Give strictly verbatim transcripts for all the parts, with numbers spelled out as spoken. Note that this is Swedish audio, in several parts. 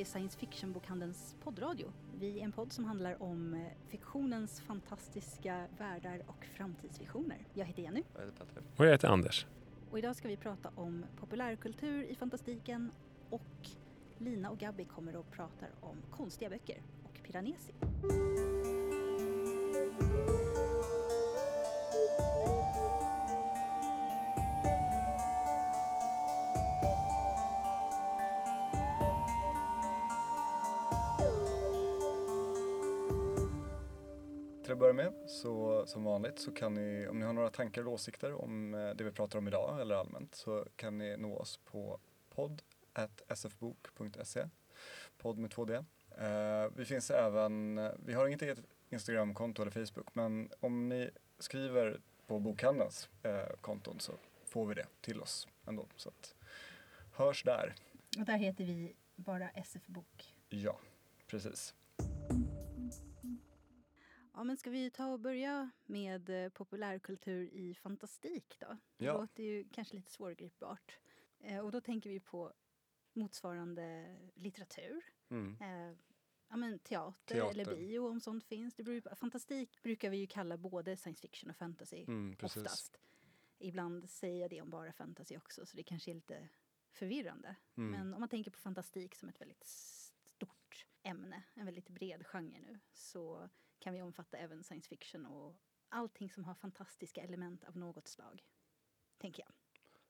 är Science Fiction-bokhandelns poddradio. Vi är en podd som handlar om fiktionens fantastiska världar och framtidsvisioner. Jag heter Jenny. Jag heter Petter. Och jag heter Anders. Och idag ska vi prata om populärkultur i fantastiken, och Lina och Gabby kommer att prata om konstiga böcker och Piranesi. Till att börja med, så som vanligt, så kan ni, om ni har några tankar eller åsikter om det vi pratar om idag eller allmänt, så kan ni nå oss på podd at s f bok punkt se, podd med två d. Uh, vi finns även, vi har inget eget Instagram-konto eller Facebook, men om ni skriver på bokhandelns uh, konton så får vi det till oss ändå, så att hörs där. Och där heter vi bara S F Bok. Ja, precis. Ja, men ska vi ta och börja med populärkultur i fantastik då? Det Ja. låter ju kanske lite svårgripbart. Eh, och då tänker vi på motsvarande litteratur. Mm. Eh, ja, men teater, Teater. eller bio om sånt finns. Det beror ju på, fantastik brukar vi ju kalla både science fiction och fantasy Mm, precis. oftast. Ibland säger jag det om bara fantasy också, så det kanske är lite förvirrande. Mm. Men om man tänker på fantastik som ett väldigt stort ämne, en väldigt bred genre nu, så kan vi omfatta även science fiction och allting som har fantastiska element av något slag, tänker jag.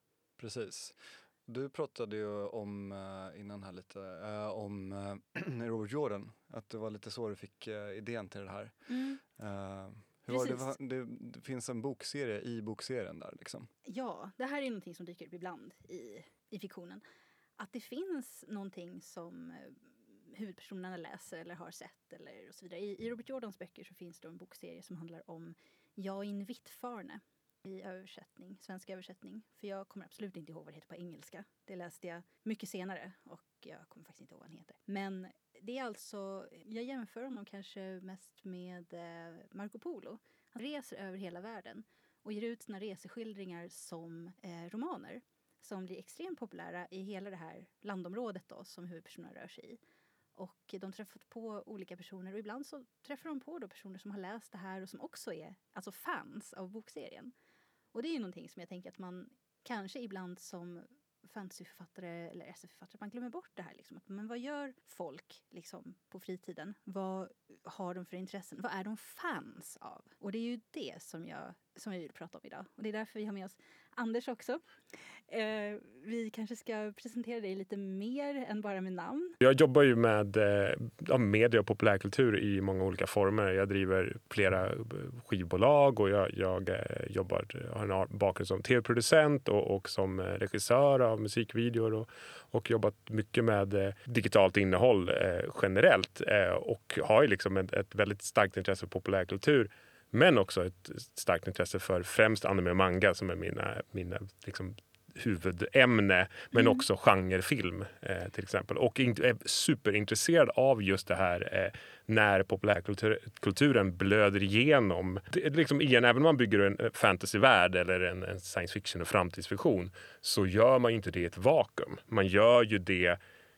Precis. Du pratade ju om, uh, innan här lite, uh, om uh, Robert Jordan, att det var lite så du fick uh, idén till det här. Mm. Uh, hur var det, det, det finns en bokserie i bokserien där liksom. Ja, det här är någonting som dyker upp ibland i, i fiktionen. Att det finns någonting som uh, huvudpersonerna läser eller har sett eller och så vidare. I, I Robert Jordans böcker så finns det en bokserie som handlar om Jain Vittfarne i översättning, svensk översättning. För jag kommer absolut inte ihåg vad det heter på engelska. Det läste jag mycket senare och jag kommer faktiskt inte ihåg vad han heter. Men det är alltså, jag jämför honom kanske mest med eh, Marco Polo. Han reser över hela världen och ger ut sina reseskildringar som eh, romaner som blir extremt populära i hela det här landområdet då, som huvudpersonerna rör sig i. Och de träffar på olika personer och ibland så träffar de på då personer som har läst det här och som också är alltså fans av bokserien. Och det är ju någonting som jag tänker att man kanske ibland som fantasyförfattare eller S F-författare, man glömmer bort det här liksom. Att, men vad gör folk liksom på fritiden? Vad har de för intressen? Vad är de fans av? Och det är ju det som jag, som jag vill prata om idag. Och det är därför vi har med oss Anders också. Eh, vi kanske ska presentera dig lite mer än bara med namn. Jag jobbar ju med eh, media och populärkultur i många olika former. Jag driver flera skivbolag och jag, jag eh, jobbar, har en bakgrund som tv-producent och, och som regissör av musikvideor och, och jobbat mycket med eh, digitalt innehåll eh, generellt eh, och har ju liksom ett, ett väldigt starkt intresse för populärkultur. Men också ett starkt intresse för främst anime och manga som är mina, mina liksom huvudämne. Men mm. också genrefilm eh, till exempel. Och är superintresserad av just det här eh, när populärkulturen blöder igenom. Det, liksom igen, även om man bygger en fantasyvärld eller en, en science fiction och framtidsvision så gör man ju inte det i ett vakuum. Man gör ju det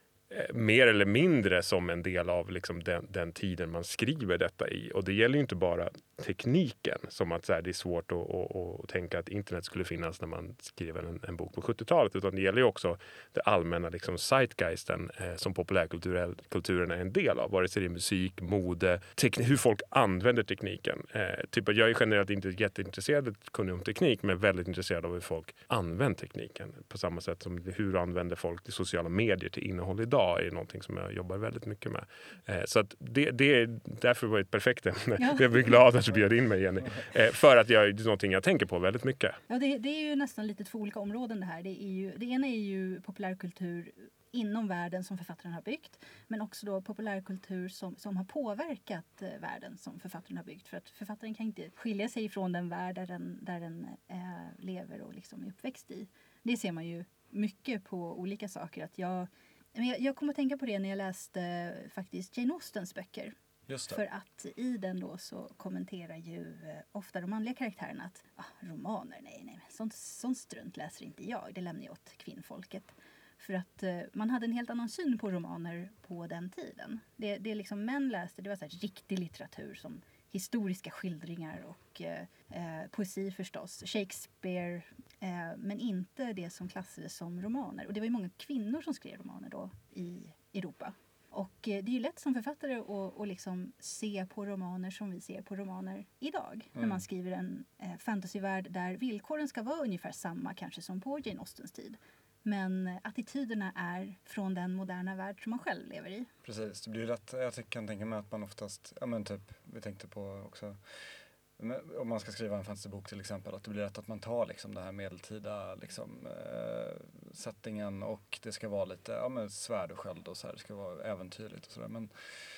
mer eller mindre som en del av liksom den, den tiden man skriver detta i. Och det gäller ju inte bara tekniken, som att så här, det är svårt att, att, att tänka att internet skulle finnas när man skriver en, en bok på sjuttiotalet, utan det gäller ju också det allmänna liksom zeitgeisten eh, som populärkulturen är en del av, vare sig det är musik, mode, tekn- hur folk använder tekniken. Eh, typ att jag är generellt inte jätteintresserad kunnig om teknik, men väldigt intresserad av hur folk använder tekniken. På samma sätt som hur använder folk de sociala medier till innehåll idag är någonting som jag jobbar väldigt mycket med. Eh, så att det, det är därför var det ett perfekt ämne. Ja. Jag blir glad att du bjöd in mig, Jenny. Eh, för att jag, det är någonting jag tänker på väldigt mycket. Ja, det, det är ju nästan lite två olika områden det här. Det, är ju, det ena är ju populärkultur inom världen som författaren har byggt. Men också då populärkultur som, som har påverkat eh, världen som författaren har byggt. För att författaren kan inte skilja sig från den värld där den, där den eh, lever och liksom är uppväxt i. Det ser man ju mycket på olika saker. Att jag, jag, jag kommer att tänka på det när jag läste eh, faktiskt Jane Austens böcker. Just det. För att i den då så kommenterar ju eh, ofta de manliga karaktärerna att ah, romaner, nej, nej, sånt, sånt strunt läser inte jag. Det lämnar jag åt kvinnfolket. För att eh, man hade en helt annan syn på romaner på den tiden. Det, det liksom män läste, det var så här riktig litteratur som historiska skildringar och eh, eh, poesi förstås. Shakespeare, eh, men inte det som klassades som romaner. Och det var ju många kvinnor som skrev romaner då i Europa. Och eh, det är ju lätt som författare att, att liksom se på romaner som vi ser på romaner idag. Mm. När man skriver en eh, fantasyvärld där villkoren ska vara ungefär samma kanske som på Jane Austens tid. Men attityderna är från den moderna värld som man själv lever i. Precis, det blir ju lätt, jag kan tänka mig att man oftast, ja men typ, vi tänkte på också, om man ska skriva en fantasybok till exempel, att det blir lätt att man tar liksom det här medeltida liksom, eh, settingen och det ska vara lite, ja men svärd och sköld och så här, det ska vara äventyrligt och sådär, men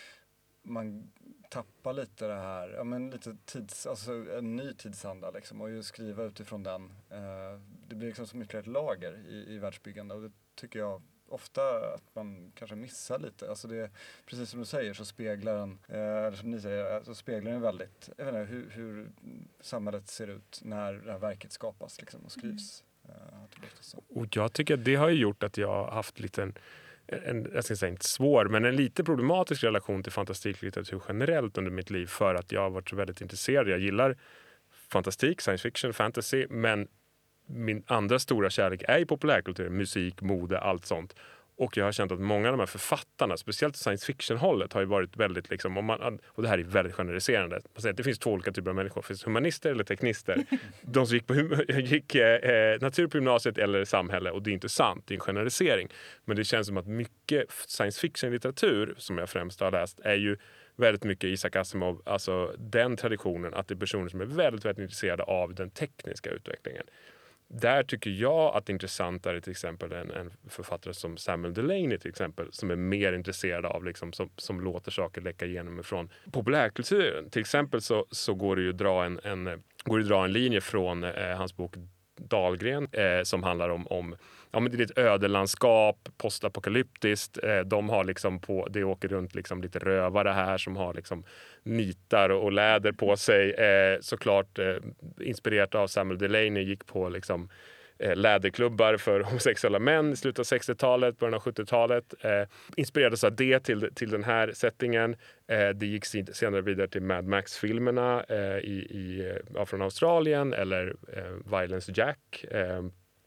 man tappar lite det här, ja men lite tids, alltså en ny tidsanda liksom, och ju skriva utifrån den, eh, det blir liksom som ytterligare ett lager i, i världsbyggande, och det tycker jag ofta att man kanske missar lite. Alltså det, precis som du säger så speglar den, eh, eller som ni säger, så speglar den väldigt, jag vet inte, hur, hur samhället ser ut när det här verket skapas liksom, och skrivs. Mm. Eh, och jag tycker att det har ju gjort att jag har haft lite en En, jag ska säga inte svår, men en lite problematisk relation till fantastiklitteratur generellt under mitt liv, för att jag har varit så väldigt intresserad. Jag gillar fantastik, science fiction, fantasy, men min andra stora kärlek är ju populärkultur, musik, mode, allt sånt. Och jag har känt att många av de här författarna, speciellt science fiction-hållet, har ju varit väldigt, liksom, om man, och det här är väldigt generaliserande. Man säger att det finns två olika typer av människor. Det finns humanister eller teknister. De som gick, på, gick eh, natur på gymnasiet eller samhälle, och det är inte sant, det är en generalisering. Men det känns som att mycket science fiction-litteratur, som jag främst har läst, är ju väldigt mycket Isaac Asimov, alltså den traditionen att det är personer som är väldigt, väldigt intresserade av den tekniska utvecklingen. Där tycker jag att det är intressantare till exempel en, en författare som Samuel Delany till exempel, som är mer intresserad av liksom, som, som låter saker läcka igenom ifrån populärkulturen. Till exempel så, så går det ju att dra en, en, går det att dra en linje från eh, hans bok Dahlgren eh, som handlar om, om ja, men det är ett ödelandskap, postapokalyptiskt. Eh, de har liksom på, det åker runt liksom lite rövare här som har liksom nitar och läder på sig. Eh, såklart eh, inspirerat av Samuel Delany, gick på liksom eh, läderklubbar för homosexuella män i slutet av sextiotalet, början av sjuttiotalet. Eh, inspirerades av det till, till den här settingen. Eh, det gick senare vidare till Mad Max-filmerna eh, i, i, ja, från Australien, eller eh, Violence Jack eh,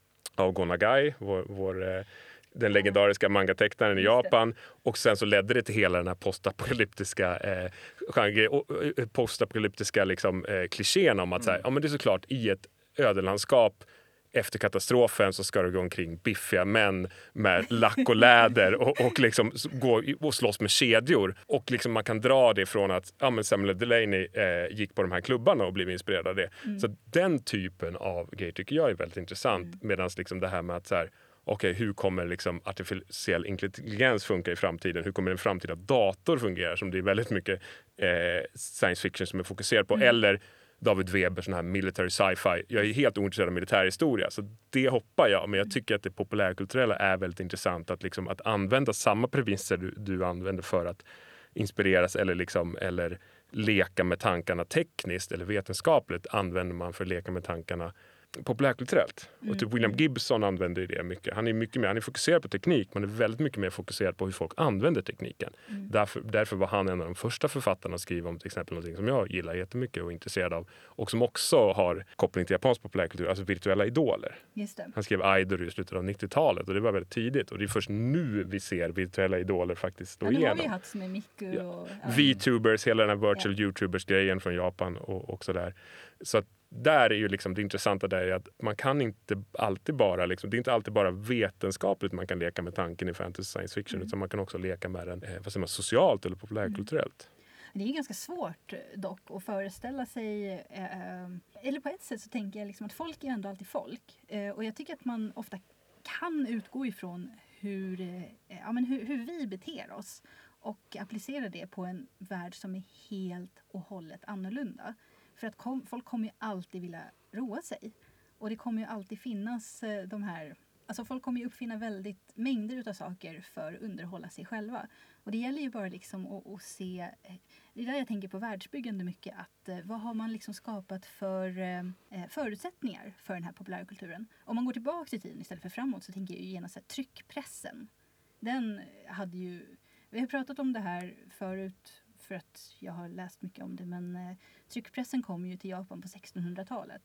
av Go Nagai, vår, vår, eh, den legendariska mangatecknaren i Japan. Och sen så ledde det till hela den här postapokalyptiska eh, genre, eh, postapokalyptiska liksom, eh, klichén om att mm. så här, ja, men det är såklart i ett ödelandskap efter katastrofen så ska det gå omkring biffiga män med lack och läder och, och liksom gå och slåss med kedjor. Och liksom man kan dra det från att ja, men Samuel Delany eh, gick på de här klubbarna och blev inspirerad av det. Mm. Så den typen av grejer tycker jag är väldigt intressant. Mm. Medan liksom det här med att så här, okej, hur kommer liksom artificiell intelligens funka i framtiden? Hur kommer en framtida dator fungera? Som det är väldigt mycket eh, science fiction som är fokuserad på. Mm. Eller David Weber, sån här military sci-fi. Jag är helt ointresserad av militärhistoria, så det hoppar jag. Men jag tycker att det populärkulturella är väldigt intressant. Att, liksom, att använda samma premisser du, du använder för att inspireras eller, liksom, eller leka med tankarna tekniskt eller vetenskapligt, använder man för att leka med tankarna populärkulturellt. Mm. Och typ William Gibson använder det mycket. Han är mycket mer, han är fokuserad på teknik, men är väldigt mycket mer fokuserad på hur folk använder tekniken. Mm. Därför, därför var han en av de första författarna att skriva om till exempel något som jag gillar jättemycket och är intresserad av. Och som också har koppling till japansk populärkultur, alltså virtuella idoler. Just det. Han skrev Idol i slutet av nittiotalet och det var väldigt tidigt. Och det är först nu vi ser virtuella idoler faktiskt slå igenom. Ja, nu har vi haft som är Miku och... Ja. Ja. VTubers, hela den här virtual ja. YouTubers-grejen från Japan och, och sådär. Så att där är ju liksom det intressanta där är att man kan inte alltid bara liksom, det är inte alltid bara vetenskapligt man kan leka med tanken i fantasy science fiction, mm. utan man kan också leka med den eh, vad säger man, socialt eller populärkulturellt. Mm. Det är ganska svårt dock att föreställa sig eh, eller på ett sätt så tänker jag liksom att folk är ändå alltid folk eh, och jag tycker att man ofta kan utgå ifrån hur, eh, ja, men hur, hur vi beter oss och applicera det på en värld som är helt och hållet annorlunda. För att kom, folk kommer ju alltid vilja roa sig. Och det kommer ju alltid finnas eh, de här alltså folk kommer ju uppfinna väldigt mängder utav saker för att underhålla sig själva. Och det gäller ju bara liksom att, att se, det är där jag tänker på världsbyggande mycket, att eh, vad har man liksom skapat för eh, förutsättningar för den här populärkulturen. Om man går tillbaka i tiden istället för framåt så tänker jag ju genast att tryckpressen, den hade ju, vi har pratat om det här förut för att jag har läst mycket om det, men eh, tryckpressen kom ju till Japan på sextonhundratalet.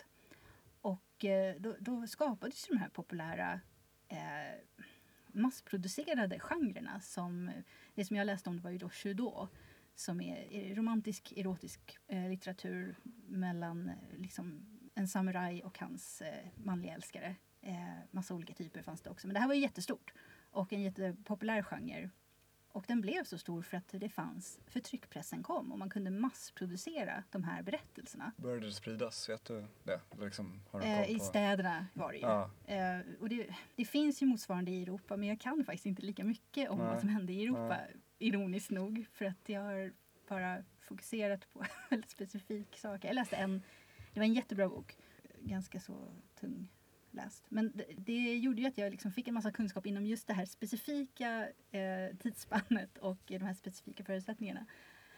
Och eh, då, då skapades de här populära eh, massproducerade genrerna som, det som jag läste om det var ju då Shudo, som är romantisk, erotisk eh, litteratur mellan eh, liksom en samuraj och hans eh, manliga älskare. Eh, massa olika typer fanns det också, men det här var ju jättestort och en jättepopulär genre. Och den blev så stor för att det fanns, för tryckpressen kom och man kunde massproducera de här berättelserna. Började det spridas? Vet du det? Liksom, har du Eh, koll på? I städerna var det ju. Ja. Eh, och det, det finns ju motsvarande i Europa, men jag kan faktiskt inte lika mycket om Nej. vad som hände i Europa, Nej. ironiskt nog. För att jag har bara fokuserat på en väldigt specifik sak. Jag läste en, det var en jättebra bok, ganska så tung läst. Men det, det gjorde ju att jag liksom fick en massa kunskap inom just det här specifika eh, tidsspannet och de här specifika förutsättningarna.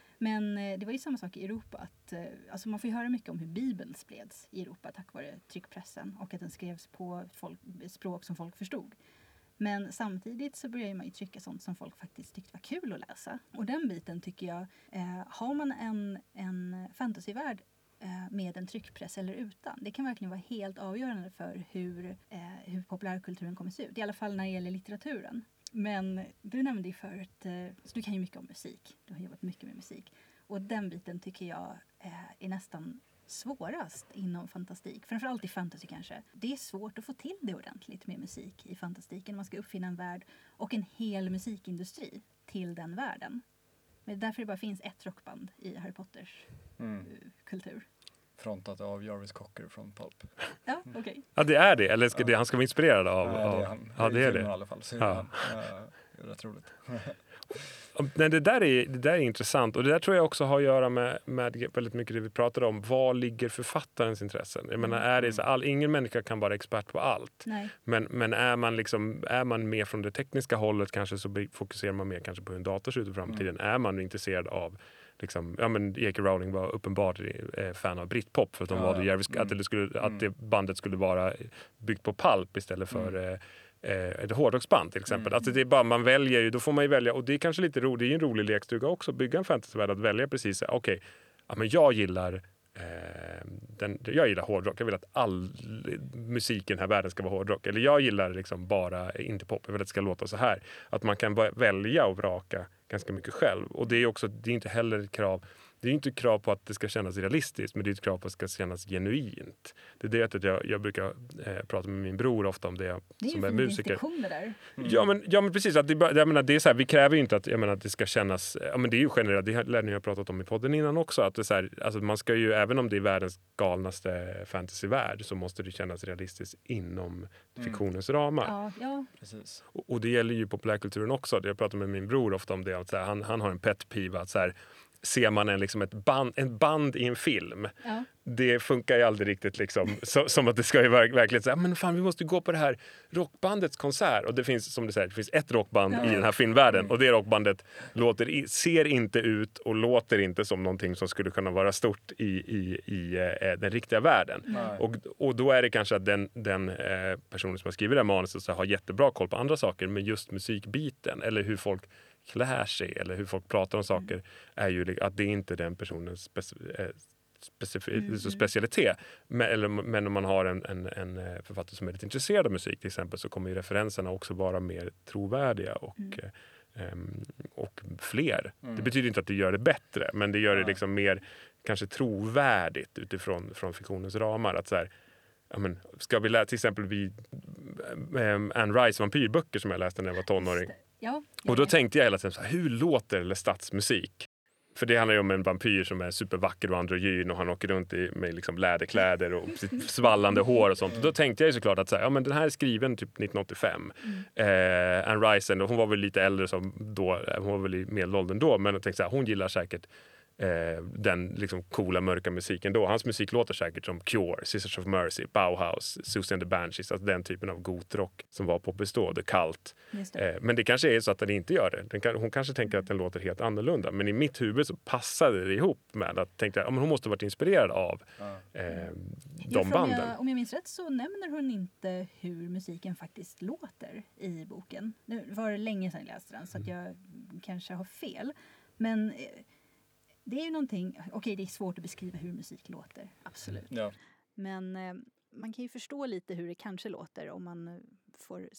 Men eh, det var ju samma sak i Europa. Att, eh, alltså man får ju höra mycket om hur Bibeln spreds i Europa tack vare tryckpressen och att den skrevs på folk, språk som folk förstod. Men samtidigt så började man ju trycka sånt som folk faktiskt tyckte var kul att läsa. Och den biten tycker jag, eh, har man en, en fantasyvärld med en tryckpress eller utan. Det kan verkligen vara helt avgörande för hur, eh, hur populärkulturen kommer se ut. I alla fall när det gäller litteraturen. Men du nämnde ju förut, eh, så du kan ju mycket om musik. Du har jobbat mycket med musik. Och den biten tycker jag eh, är nästan svårast inom fantastik. Framförallt i fantasy kanske. Det är svårt att få till det ordentligt med musik i fantastiken. Man ska uppfinna en värld och en hel musikindustri till den världen. Men därför det bara finns ett rockband i Harry Potters mm. kultur. Frontat av Jarvis Cocker från Pulp. Ja, okej. Okay. Ja, det är det. Eller ska det, han ska vara inspirerad av... Nej, det är han. Ja, det är det. I alla fall. Så ja. Han, äh, det är rätt roligt. Nej, det, där är, det där är intressant. Och det där tror jag också har att göra med, med väldigt mycket det vi pratade om. Vad ligger författarens intressen? Jag menar, är det så, all, ingen människa kan vara expert på allt. Nej. Men, men är, man liksom, är man mer från det tekniska hållet kanske så fokuserar man mer kanske på hur en dator ser ut i framtiden. Mm. Är man intresserad av liksom, ja men J K Rowling var uppenbart eh, fan av Britpop för att de ja, valde Jarvis, mm. att, det skulle, att det bandet skulle vara byggt på pulp istället för mm. eh, ett hårdrocksband till exempel. Mm. Alltså det är bara, man väljer ju, då får man ju välja, och det är kanske lite roligt, det är ju en rolig lekstuga också, bygga en fantasyvärld, att välja precis, okej, okay, ja men jag gillar eh, den, jag gillar hårdrock, jag vill att all musik i den här världen ska vara hårdrock, eller jag gillar liksom bara inte pop, jag vill att det ska låta så här. Att man kan välja och vraka ganska mycket själv. Och det är också, det är inte heller ett krav, det är inte ett krav på att det ska kännas realistiskt, men det är ett krav på att det ska kännas genuint. Det är det att jag, jag brukar eh, prata med min bror ofta om det, det är som är är musiker. Det där. Mm. Ja, men, ja men precis, att det, jag menar, det är så här, vi kräver ju inte att, jag menar, att det ska kännas, ja men det är ju generellt, det lär ni ha pratat om i podden innan också, att det är så här, alltså man ska ju, även om det är världens galnaste fantasyvärld, så måste det kännas realistiskt inom mm. fiktionens ramar. Ja, ja. Precis. Och, och det gäller ju populärkulturen också. Jag pratar med min bror ofta om det, att så här, han, han har en pet peeve att så här, ser man en, liksom ett band, en band i en film, ja. Det funkar ju aldrig riktigt liksom, så, som att det ska ju verk, verkligen säga, men fan vi måste gå på det här rockbandets konsert, och det finns, som du säger, det finns ett rockband ja. i den här filmvärlden, mm. och det rockbandet låter, ser inte ut och låter inte som någonting som skulle kunna vara stort i, i, i eh, den riktiga världen. Nej. Och, och då är det kanske att den, den eh, personen som har skrivit det här manuset så har jättebra koll på andra saker, men just musikbiten eller hur folk klär sig eller hur folk pratar om saker mm. är ju att det är inte den personens speci- eh, specif- mm. specialitet. Men, eller, men om man har en, en, en författare som är lite intresserad av musik till exempel, så kommer ju referenserna också vara mer trovärdiga och, mm. eh, um, och fler. Mm. Det betyder inte att det gör det bättre, men det gör det liksom mer kanske trovärdigt utifrån från fiktionens ramar. Att så här, ja, men, ska vi lära till exempel vid um, Anne Rice vampyrböcker som jag läste när jag var tonåring. Ja, och då tänkte jag hela tiden så här, hur låter Lestatts musik? För det handlar ju om en vampyr som är supervacker och androgyn, och han åker runt i, med liksom läderkläder och svallande hår och sånt. Och då tänkte jag ju såklart att så här, ja, men den här är skriven typ nittonhundraåttiofem. Mm. Eh, Anne Rice, hon var väl lite äldre som då, hon var väl i medelåldern då, men jag tänkte så här, hon gillar säkert eh, den liksom coola mörka musiken då. Hans musik låter säkert som Cure, Sisters of Mercy, Bauhaus, Susie and the Banshees, alltså den typen av gotrock som var poppis då, The Cult. Det. Eh, men det kanske är så att den inte gör det. Den kan, hon kanske tänker att den låter helt annorlunda, men i mitt huvud så passade det ihop med att tänkte jag, ja, men hon måste varit inspirerad av eh, de ja, banden. Om jag, om jag minns rätt så nämner hon inte hur musiken faktiskt låter i boken. Nu var det länge sedan jag läste den så att jag kanske har fel. Men eh, det är ju någonting, okej okay, det är svårt att beskriva hur musik låter, absolut. Ja. Men eh, man kan ju förstå lite hur det kanske låter om man får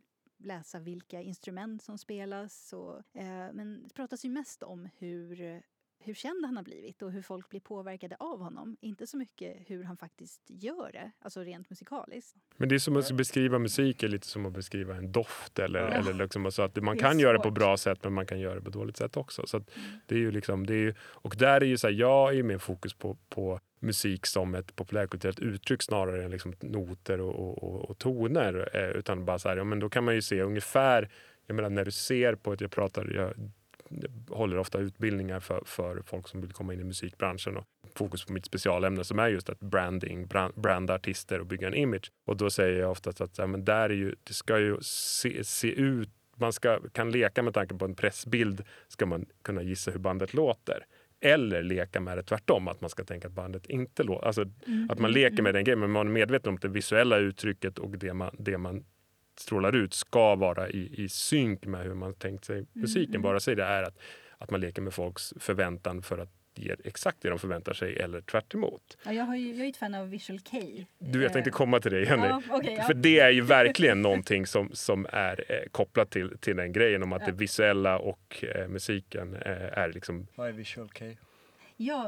läsa vilka instrument som spelas. Och, eh, men det pratas ju mest om hur, hur känd han har blivit och hur folk blir påverkade av honom. Inte så mycket hur han faktiskt gör det, alltså rent musikaliskt. Men det är som att beskriva musik är lite som att beskriva en doft eller, Ja. eller liksom så att man Det är kan göra det svårt. på bra sätt men man kan göra det på dåligt sätt också. Så att det är ju liksom, det är ju, och där är ju så här, jag är ju mer fokus på, på musik som ett populärkulturellt uttryck snarare än liksom noter och, och, och, och toner. Eh, utan bara så här, ja men då kan man ju se ungefär, jag menar när du ser på ett, jag pratar, jag, jag håller ofta utbildningar för, för folk som vill komma in i musikbranschen och fokus på mitt specialämne som är just att branding, brand, branda artister och bygga en image. Och då säger jag oftast att ja, men där är ju, det ska ju se, se ut, man ska, kan leka med tanke på en pressbild ska man kunna gissa hur bandet låter. Eller leka med det tvärtom, att man ska tänka att bandet inte låter. Alltså Mm, att man mm, leker mm. med den grejen, men man är medveten om att det visuella uttrycket och det man, det man strålar ut ska vara i, i synk med hur man tänkt sig musiken. mm. Bara sig det är att, att man leker med folks förväntan för att ge exakt det de förväntar sig eller tvärt emot. Ja, jag, har ju, jag är ett fan av Visual K. Du, jag tänkte komma till det, Jenny. Ja, okay, ja. För det är ju verkligen någonting som, som är eh, kopplat till, till den grejen om att Ja. det visuella och eh, musiken eh, är liksom... Vad är Visual K? Ja.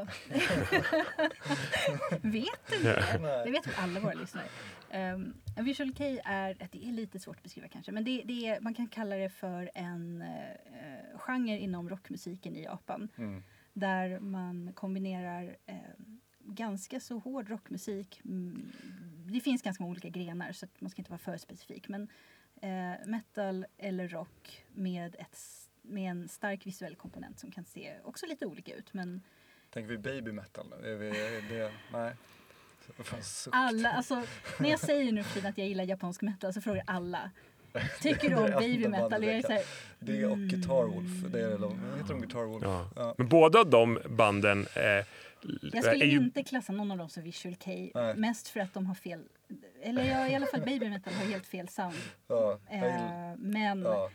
Vet du det? Det vet väl alla våra lyssnare. Um, Visual K är, det är lite svårt att beskriva kanske, men det, det är, man kan kalla det för en uh, genre inom rockmusiken i Japan. Mm. Där man kombinerar eh, ganska så hård rockmusik. Mm, det finns ganska många olika grenar så att man ska inte vara för specifik. Men eh, metal eller rock med, ett, med en stark visuell komponent som kan se också lite olika ut. Men Tänker vi baby metal nu? Är vi, är det, nej. Fan, suck. alla, alltså, när jag säger nu för tiden att jag gillar japansk metal så frågar alla. Tycker du Det om är baby enda metal? bandet Och jag är jag så här, Det och Guitar Wolf. Det är de, vad heter de Guitar Wolf? Ja. Ja. Men båda de banden eh, jag skulle är ju... inte klassa någon av dem som Visual K. Nej. Mest för att de har fel, eller ja, i alla fall baby metal har helt fel sound. Ja. Jag gillar- Eh, men ja.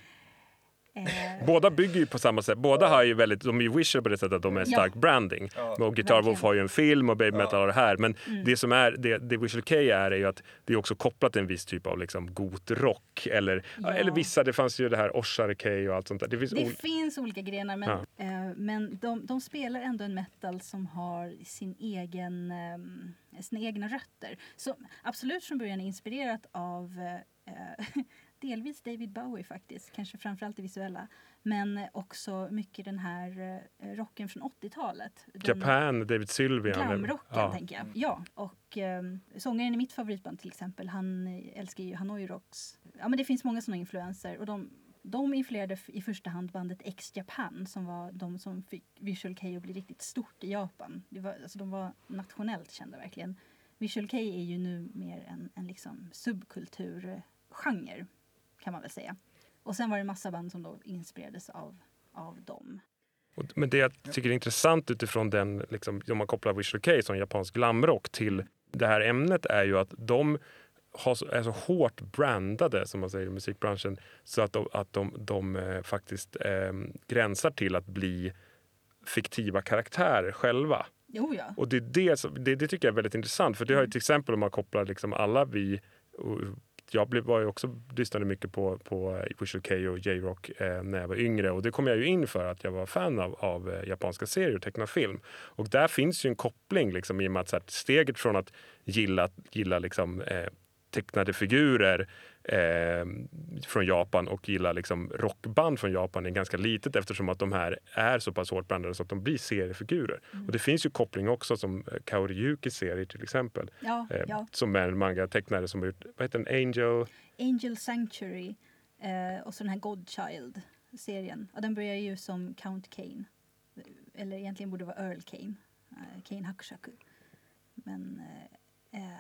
eh, Båda bygger ju på samma sätt. Båda har ju väldigt, de är ju visual på det sättet att de är Ja. stark branding. Ja. Och Guitar Wolf Verkligen. har ju en film och Baby Ja. Metal har det här. Men Mm. det som är, det, det Visual K är, är ju att det är också kopplat till en viss typ av liksom gotrock. Eller, Ja. eller vissa, det fanns ju det här Oshare K och allt sånt där. Det finns det ol- finns olika grenar men, Ja. eh, men de, de spelar ändå en metal som har sin egen, eh, sina egna rötter. Så absolut från början är inspirerat av eh, delvis David Bowie faktiskt, kanske framförallt det visuella. Men också mycket den här eh, rocken från åttiotalet. Den Japan, David Sylvian. Glamrocken Ja. tänker jag. Ja, och eh, sångaren i mitt favoritband till exempel, han eh, älskar ju Hanoi Rocks. Ja, men det finns många sådana influenser och de, de influerade f- i första hand bandet X-Japan som var de som fick Visual K att bli riktigt stort i Japan. Det var, alltså, de var nationellt kända verkligen. Visual K är ju nu mer en, en liksom subkulturgenre kan man väl säga. Och sen var det en massa band som då inspirerades av, av dem. Och- Men det jag tycker är intressant utifrån den, liksom, om man kopplar Visual K som japansk glamrock till det här ämnet är ju att de har så, är så hårt brandade som man säger i musikbranschen så att de, att de, de eh, faktiskt eh, gränsar till att bli fiktiva karaktärer själva. Jo ja. Och det, är det, som, det, det tycker jag är väldigt intressant för det har ju till exempel om man kopplar liksom alla vi och jag blev, var ju också lyssnade mycket på, på Visual K och J-Rock eh, när jag var yngre och det kom jag ju in för att jag var fan av, av eh, japanska serier och tecknad film. Och där finns ju en koppling liksom, i och med att så här, steget från att gilla, gilla liksom, eh, tecknade figurer eh, från Japan och gilla liksom, rockband från Japan är ganska litet eftersom att de här är så pass hårt blandade så att de blir seriefigurer. Mm. Och det finns ju koppling också som eh, Kaori Yukis serie till exempel. Ja, Eh, ja. Som är en manga-tecknare som har gjort, vad heter den? Angel? Angel Sanctuary eh, och så den här Godchild-serien. Ja, den börjar ju som Count Kane. eller egentligen borde det vara Earl Kane, uh, Kane Hakushaku. Men uh, uh,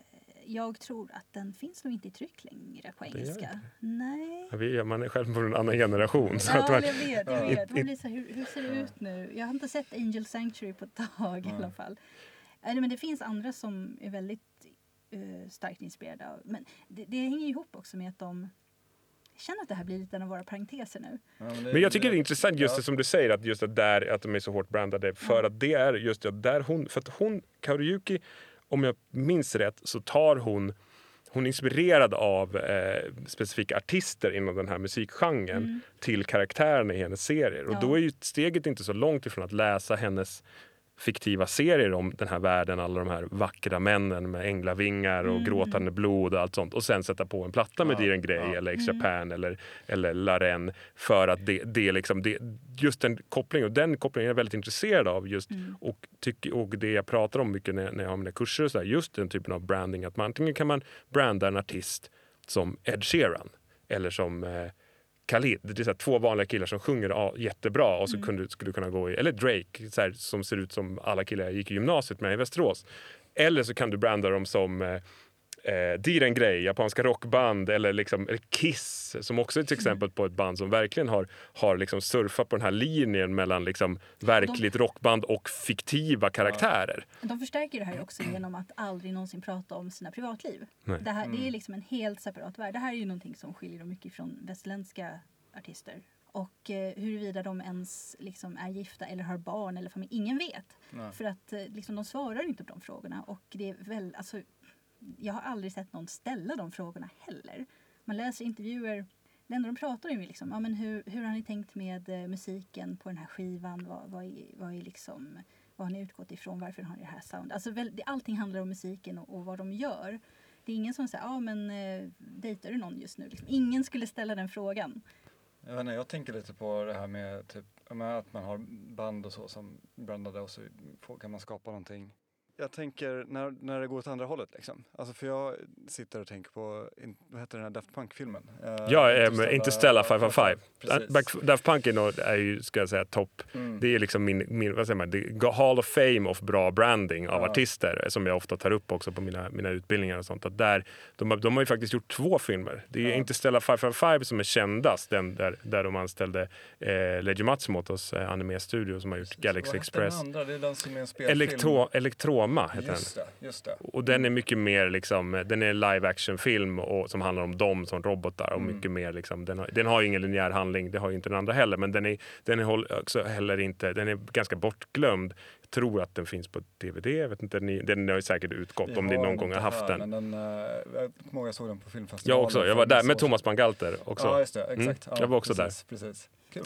jag tror att den finns nog inte i tryck längre på engelska. Nej. Ja, vi, man är själv på en annan generation. Så ja, att man, jag vet. Jag vet. Man it, blir så här, hur, hur ser det ut nu? Jag har inte sett Angel Sanctuary på ett tag i alla fall. Uh, men det finns andra som är väldigt uh, starkt inspirerade av. Men det, det hänger ihop också med att de jag känner att det här blir lite av våra parenteser nu. Ja, men, det, men jag tycker det, det är intressant just ja. det som du säger att just att där att de är så hårt brandade för Ja. att det är just det där hon för att hon Kaoriyuki, om jag minns rätt, så tar hon hon är inspirerad av eh, specifika artister inom den här musikgenren Mm. till karaktärerna i hennes serier. Och Ja. då är ju steget inte så långt ifrån att läsa hennes fiktiva serier om den här världen, alla de här vackra männen med änglavingar och Mm. gråtande blod och allt sånt, och sen sätta på en platta med Ja, Diren Grey ja. eller Mm. Japan eller, eller Laren, för att det, det är liksom det, just den kopplingen, och den kopplingen är jag väldigt intresserad av just, Mm. och, tyck, och det jag pratar om mycket när, när jag har mina kurser och så här, just den typen av branding, att man antingen kan man branda en artist som Ed Sheeran eller som eh, Khalid, det är så här, två vanliga killar som sjunger ja, jättebra och så Mm. kunde, skulle du kunna gå i, eller Drake så här, som ser ut som alla killar jag gick i gymnasiet med i Västerås, eller så kan du branda dem som eh, eh, Diren Grey, japanska rockband, eller, liksom, eller Kiss som också är ett exempel på ett band som verkligen har, har liksom surfat på den här linjen mellan liksom verkligt rockband och fiktiva karaktärer. De förstärker det här också genom att aldrig någonsin prata om sina privatliv. Nej. Det, här, Mm. det är liksom en helt separat värld. Det här är ju någonting som skiljer dem mycket från västerländska artister. Och eh, huruvida de ens liksom är gifta eller har barn eller familj, ingen vet. Nej. För att eh, liksom, de svarar inte på de frågorna. Och det är väl, alltså, jag har aldrig sett någon ställa de frågorna heller. Man läser intervjuer. Det enda de pratar om är liksom, ja, men hur, hur har ni tänkt med eh, musiken på den här skivan? Vad, vad, är, vad, är liksom, vad har ni utgått ifrån? Varför har ni det här sound? Alltså, väl, det, allting handlar om musiken och, och vad de gör. Det är ingen som säger, ja men eh, dejtar du någon just nu? Liksom, ingen skulle ställa den frågan. Jag, vet inte, jag tänker lite på det här med typ, att man har band och så som brandade och så kan man skapa någonting. Jag tänker när, när det går åt andra hållet liksom. Alltså för jag sitter och tänker på, in, vad heter den här Daft Punk-filmen? Uh, Ja, Interstellar, Interstellar fem fem fem. Precis. Daft Punk är, nog, är ju, ska jag säga, topp. Mm. Det är liksom min, min vad säger man, det, Hall of Fame of bra branding av Ja. artister, som jag ofta tar upp också på mina, mina utbildningar och sånt. Att där, de, har- de har ju faktiskt gjort två filmer. Det är ju Ja. Interstellar fem fem fem som är kändast, den där, där de anställde eh, Leiji Matsumotos eh, anime-studio som har gjort Galaxy Vad Express. heter den andra? Det är den som är en spelfilm. Elektro, Elektroma heter Just den. det, just det. Och den är mycket mer liksom, den är en live action film och, som handlar om dem som robotar och Mm. mycket mer liksom, den har, den har ju ingen linjär handling, det har ju inte den andra heller, men den är, den är också heller inte, den är ganska bortglömd. Jag tror att den finns på D V D, jag vet inte, ni, den har ju säkert utgått Vi om ni har någon gång inte har haft här, den. Men den uh, jag kommer ihåg jag såg den på filmfestivalen. Jag också, jag var där med Thomas Bangalter också. Ja, just det, exakt. Mm, Ja, jag var också precis, där. Precis. Kul.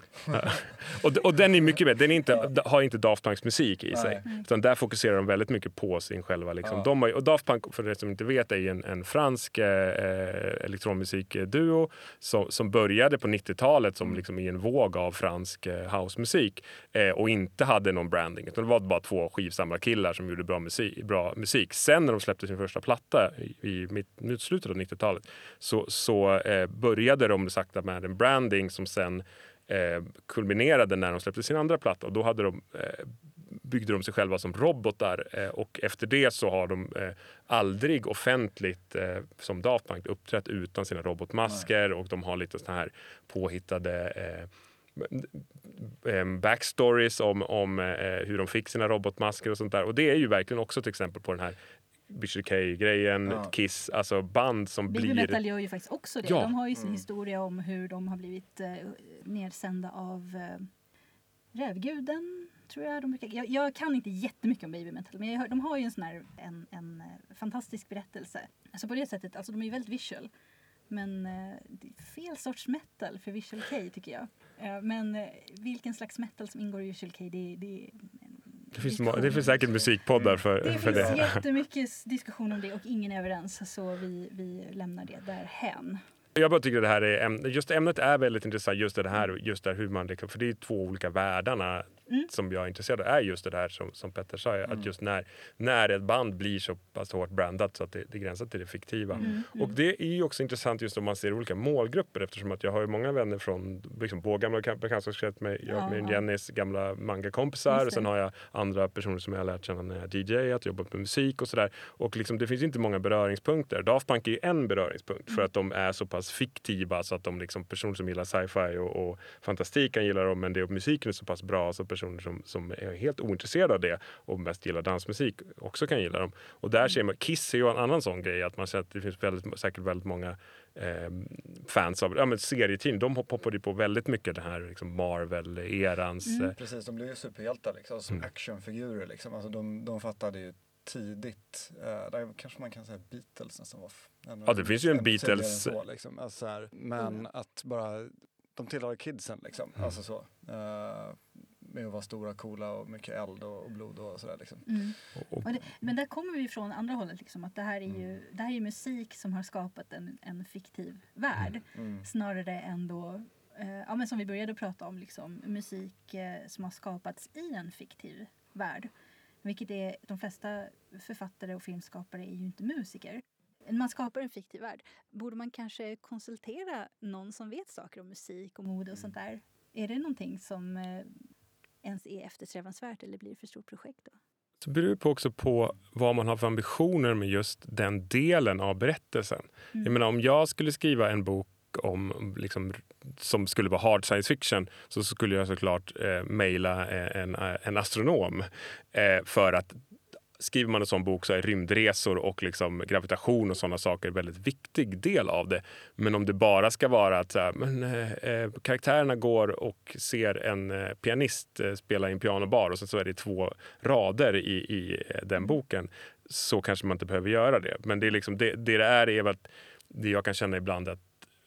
Och, och den är mycket mer, den är inte, har inte Daft Punks musik i Nej. sig. Utan där fokuserar de väldigt mycket på sin själva. Liksom. Ja. De har, och Daft Punk, för det som inte vet, är ju en, en fransk eh, elektronmusikduo som, som började på nittiotalet som liksom i en våg av fransk eh, housemusik eh, och inte hade någon branding. Utan det var bara två skivsamlarkillar som gjorde bra musik, bra musik. Sen när de släppte sin första platta i, i mitt, slutet av nittiotalet så, så eh, började de sakta med en branding som sen Eh, kulminerade när de släppte sin andra platta, och då hade de, eh, byggde de sig själva som robotar eh, och efter det så har de eh, aldrig offentligt eh, som Daft Punk uppträtt utan sina robotmasker. Nej. Och de har lite såna här påhittade eh, backstories om, om eh, hur de fick sina robotmasker och sånt där, och det är ju verkligen också ett exempel på den här Visual Kei-grejen, Ja. Kiss, alltså band som Baby blir... Metal gör ju faktiskt också det. Ja. De har ju sin Mm. historia om hur de har blivit eh, nedsända av eh, Rävguden, tror jag. De brukar, jag. Jag kan inte jättemycket om Baby Metal, men jag hör, de har ju en sån här en, en eh, fantastisk berättelse. Alltså på det sättet, alltså de är ju väldigt visual. Men eh, det är fel sorts metal för Visual Kei tycker jag. Eh, men eh, vilken slags metal som ingår i Visual Kei, det, det Det finns, må- det finns säkert musikpoddar för Det för finns det. jättemycket diskussion om det och ingen är överens, så vi, vi lämnar det därhän. Jag bara tycker att det här är, just ämnet är väldigt intressant, just det här, just där hur man, för det är två olika världarna Mm. som jag är intresserad av är just det där som, som Petter sa, Mm. att just när, när ett band blir så pass hårt brandat så att det, det gränsar till det fiktiva. Mm. Mm. Och det är ju också intressant just om man ser olika målgrupper, eftersom att jag har ju många vänner från liksom, vår gamla bekantskapskrets med, jag, Ja, med ja. Jennys gamla manga-kompisar, Just och sen det. har jag andra personer som jag har lärt känna när jag D J, att jobba med musik och sådär. Och liksom, det finns inte många beröringspunkter. Daft Punk är ju en beröringspunkt Mm. för att de är så pass fiktiva så att de liksom, personer som gillar sci-fi och, och fantastik kan gilla dem, men det, och musiken är så pass bra så personer som, som är helt ointresserade av det och mest gillar dansmusik också kan gilla dem. Och där ser man, Kiss är ju en annan sån grej, att man ser att det finns väldigt, säkert väldigt många eh, fans av ja, men serietidning. De hoppade ju på väldigt mycket den här liksom Marvel-erans... Mm. Eh, Precis, de blev ju superhjältar liksom, som Mm. actionfigurer liksom. Alltså de, de fattade ju tidigt, eh, där kanske man kan säga Beatles nästan var f- en- Ja, det finns ju en ännu tidigare än Beatles- så, liksom. Alltså, så här, men Mm. att bara, de tillhör kidsen liksom, Mm. alltså så. Eh, med att vara stora, coola och mycket eld och, och blod och sådär liksom. Mm. och, och, Och det, men där kommer vi från andra hållet. Liksom, att det här är ju, Mm. det här är ju musik som har skapat en, en fiktiv värld. Mm. Snarare än då, eh, ja, men som vi började prata om, liksom, musik eh, som har skapats i en fiktiv värld. Vilket är, de flesta författare och filmskapare är ju inte musiker. När man skapar en fiktiv värld, borde man kanske konsultera någon som vet saker om musik och mode och sånt där? Är det någonting som eh, ens är eftersträvansvärt eller blir det för stort projekt då? så beror det på också på vad man har för ambitioner med just den delen av berättelsen. Mm. Jag menar, om jag skulle skriva en bok om, liksom, som skulle vara hard science fiction, så skulle jag såklart eh, mejla en, en astronom. Eh, för att skriver man en sån bok så är rymdresor och liksom gravitation och sådana saker en väldigt viktig del av det. Men om det bara ska vara att så här, men, eh, karaktärerna går och ser en eh, pianist eh, spela i en pianobar och så, så är det två rader i, i den boken, så kanske man inte behöver göra det. Men det är liksom, det, det är är att det jag kan känna ibland att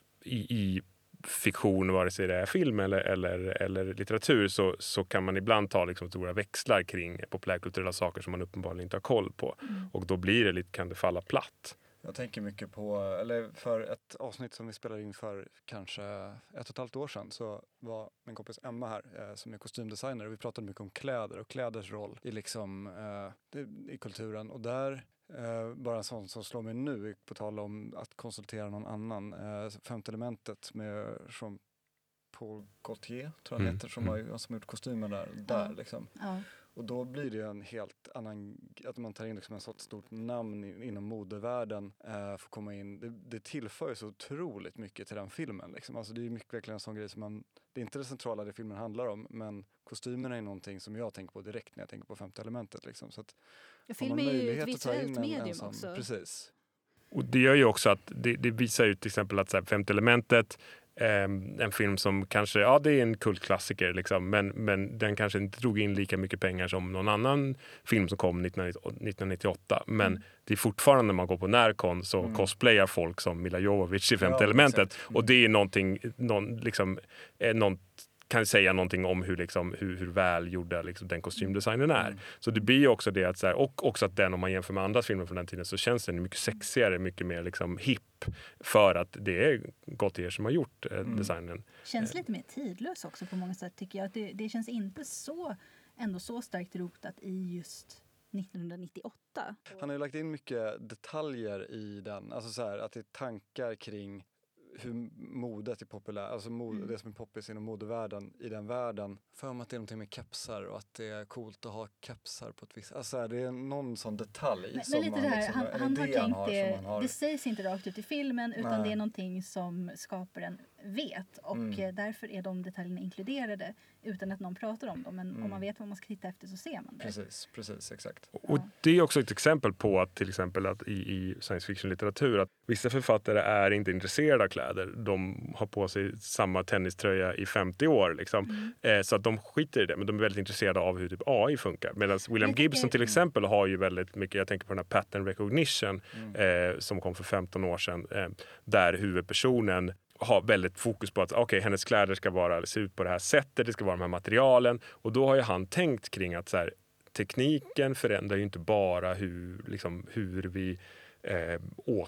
i, i fiktion, vare sig det är film eller, eller, eller litteratur, så, så kan man ibland ta liksom stora växlar kring populärkulturella saker som man uppenbarligen inte har koll på. Mm. Och då blir det lite, kan det falla platt. Jag tänker mycket på, eller för ett avsnitt som vi spelade in för kanske ett och ett halvt år sedan, så var min kompis Emma här eh, som är kostymdesigner, och vi pratade mycket om kläder och kläders roll i, liksom, eh, det, i kulturen. Och där, eh, bara en sån som slår mig nu, på tal om att konsultera någon annan, eh, Femte elementet med Jean Paul Gaultier, tror jag han Mm. heter, som har ju- som har gjort kostymen där. där Ja. liksom. Ja. Och då blir det ju en helt annan, att man tar in liksom en sorts stort namn in, inom modevärlden eh, för att komma in. Det, det tillför ju så otroligt mycket till den filmen. Liksom. Alltså det är ju mycket verkligen en sån grej som man, det är inte det centrala det filmen handlar om, men kostymerna är någonting som jag tänker på direkt när jag tänker på Femte elementet. Liksom. Så att Ja, har film man är ju möjlighet ett att ta in visuellt en- en medium sån- också. Precis. Och det gör ju också att det, det visar ju till exempel att så här, Femte elementet, eh, en film som kanske, ja det är en kultklassiker liksom, men, men den kanske inte drog in lika mycket pengar som någon annan film som kom nittonhundranittioåtta. Men Mm. det är fortfarande, när man går på Närcon så Mm. cosplayar folk som Mila Jovovich i Femte Ja, elementet. exakt. Mm. Och det är någonting, någon, liksom, eh, någon, kan säga någonting om hur, liksom, hur, hur väl gjorda liksom, den kostymdesignen är. Mm. Så det blir ju också det att så här, och också att den, om man jämför med andra filmer från den tiden, så känns den mycket sexigare, mycket mer liksom hipp, för att det är Gaultier som har gjort eh, Mm. designen. Känns lite mer tidlös också på många sätt, tycker jag. Att det, det känns inte så, ändå så starkt rotat i just nittonhundranittioåtta. Han har ju lagt in mycket detaljer i den, alltså så här, att det är tankar kring hur modet är populärt, alltså mod, Mm. det som är poppis inom modevärlden, i den världen. För mig att det är någonting med kepsar och att det är coolt att ha kepsar på ett visst, alltså så här, det är någon sån detalj Men, som men lite man det här, liksom, han, en han har idé tänkt har, det, som man har. det sägs inte rakt ut i filmen, utan Nej. det är någonting som skaparen vet. Och Mm. eh, därför är de detaljerna inkluderade utan att någon pratar om dem. Men Mm. om man vet vad man ska titta efter så ser man det. Precis, precis, exakt. Och det är också ett exempel på att till exempel att i, i science fiction-litteratur att vissa författare är inte intresserade av kläder. De har på sig samma tenniströja i femtio år. Liksom. Mm. Eh, så att de skiter i det, men de är väldigt intresserade av hur typ A I funkar. Medan William Jag tänker- Gibson till exempel har ju väldigt mycket, jag tänker på den här pattern recognition Mm. eh, som kom för femton år sedan, eh, där huvudpersonen har väldigt fokus på att okay, hennes kläder ska vara, se ut på det här sättet, det ska vara de här materialen. Och då har ju han tänkt kring att så här, tekniken förändrar ju inte bara hur, liksom, hur vi eh, åker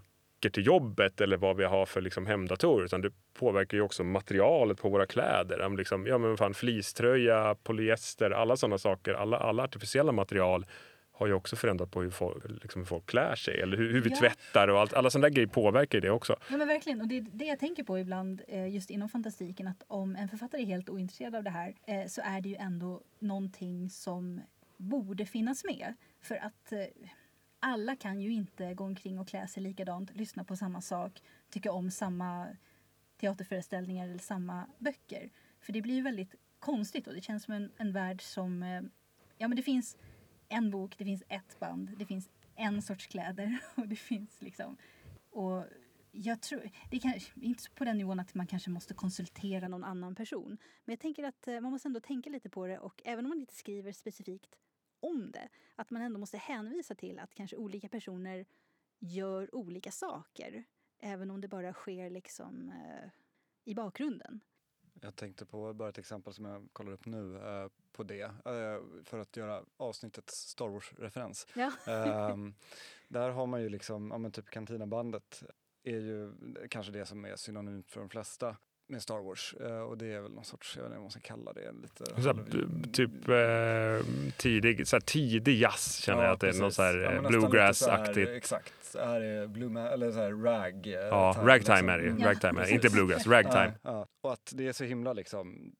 räcker till jobbet eller vad vi har för liksom hemdatorer, utan det påverkar ju också materialet på våra kläder. Om liksom, ja men fan, fleecetröja, polyester, alla sådana saker, alla, alla artificiella material har ju också förändrat på hur folk, liksom hur folk klär sig eller hur, hur vi Ja. tvättar och allt. Alla sådana där grejer påverkar det också. Ja men verkligen, och det är det jag tänker på ibland eh, just inom fantastiken, att om en författare är helt ointresserad av det här eh, så är det ju ändå någonting som borde finnas med. För att eh, alla kan ju inte gå omkring och klä sig likadant, lyssna på samma sak, tycka om samma teaterföreställningar eller samma böcker. För det blir ju väldigt konstigt och det känns som en, en värld som, eh, ja men det finns en bok, det finns ett band, det finns en sorts kläder och det finns liksom, och jag tror, det är inte på den nivån att man kanske måste konsultera någon annan person, men jag tänker att man måste ändå tänka lite på det, och även om man inte skriver specifikt om det, att man ändå måste hänvisa till att kanske olika personer gör olika saker, även om det bara sker liksom eh, i bakgrunden. Jag tänkte på bara ett exempel som jag kollar upp nu eh, på det. Eh, för att göra avsnittets Star Wars-referens. Ja. eh, där har man ju liksom, ja men typ Cantina-bandet är ju kanske det som är synonymt för de flesta med Star Wars. Eh, och det är väl någon sorts, jag vet inte vad man ska kalla det. Lite, Så här, typ eh, tidig, så här, tidig jazz känner ja, jag att det är precis. någon så här ja, bluegrass-aktigt. Exakt. Här är blue eller så här rag. Ja, time, ragtime liksom. är det. Ja, Ragtime är det. precis. Inte bluegrass, ragtime. Ja, ja. Och att det är så himla liksom,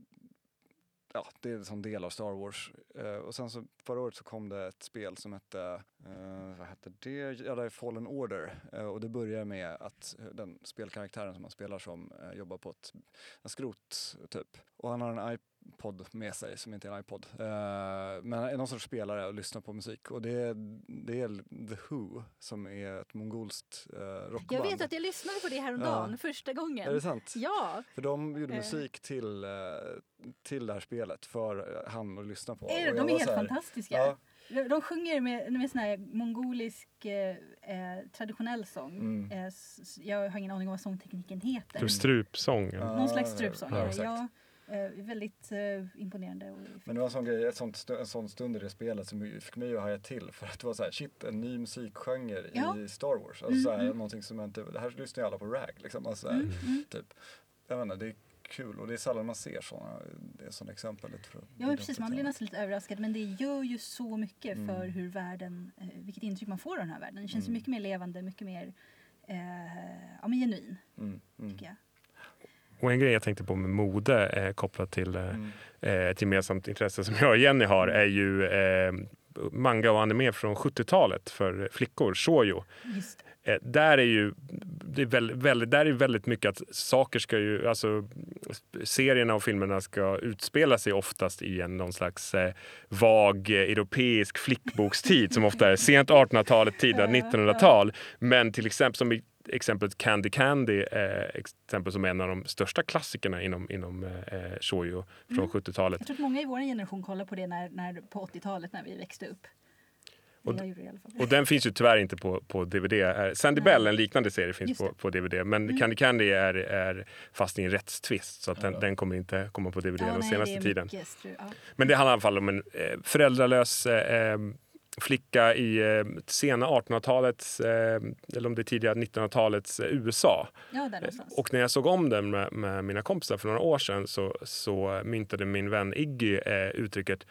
ja, det är en sån del av Star Wars. Uh, och sen så förra året så kom det ett spel som hette, uh, vad hette det? Ja, det är Fallen Order. Uh, och det börjar med att den spelkaraktären som man spelar som uh, jobbar på ett, en skrot typ. Och han har en iPod med sig som inte är en iPod. Uh, men han är någon sorts spelare och lyssnar på musik. Och det är, det är The Who som är ett mongolskt uh, rockband. Jag vet att jag lyssnade på det häromdagen, Ja. första gången. Är det sant? Ja. För de gjorde Eh. musik till, eh, till det här spelet för han att lyssna på. Är, Och jag de var är helt så här, fantastiska. Ja, De, de sjunger med, med sån här mongolisk eh, eh, traditionell sång. Mm. Eh, s, s- jag har ingen aning om vad sångtekniken heter. Typ strupsång. Ja. Någon slags strupsång. Ja, Ja, exakt. ja, eh, väldigt eh, imponerande. Och men det var en sån grej, ett sånt stu- en sån stund i det spelet som fick mig att haja till. För att det var så här, shit, en ny musikgenre Ja. i Star Wars. Alltså Mm, så här, mm. någonting som jag inte, det här lyssnar ju alla på rag liksom. Alltså, så här, Mm, mm. typ. Jag vet inte, det är kul och det är sällan man ser såna, det är sådana exempel. Lite för att Ja men precis, man blir nästan lite överraskad, men det gör ju så mycket Mm. för hur världen, eh, vilket intryck man får av den här världen. Det känns ju Mm. mycket mer levande, mycket mer eh, ja, men genuin, Mm, mm, tycker jag. Och en grej jag tänkte på med mode eh, kopplat till eh, mm. ett gemensamt intresse som jag och Jenny har är ju eh, manga och anime från sjuttiotalet för flickor, shoujo. Just det. Eh, där är ju det är väldigt, väldigt, där är väldigt mycket att saker ska ju, alltså serierna och filmerna ska utspela sig oftast i en någon slags eh, vag eh, europeisk flickbokstid som ofta är sent artonhundratalet, tidigt nittonhundratal. Men till exempel som i exemplet Candy Candy, eh, exempel som är en av de största klassikerna inom, inom eh, shoujo från Mm. sjuttiotalet. Jag tror att många i vår generation kollar på det när, när, på åttiotalet när vi växte upp. Och Jag gjorde det i alla fall. Och den finns ju tyvärr inte på, på D V D. Eh, Sandy Nej. Bell, en liknande serie, finns Just på, det. på D V D. Men Mm. Candy Candy är, är fast i en rättstvist så att den, Ja. den kommer inte komma på D V D Ja, den nej, senaste det är tiden. mycket stru- ja. Men det handlar i alla fall om en eh, föräldralös eh, flicka i eh, sena artonhundratalets, eh, eller om det är tidiga nittonhundratalets eh, U S A. ja, där någonstans. Och när jag såg om den med, med mina kompisar för några år sedan så, så myntade min vän Iggy eh, uttrycket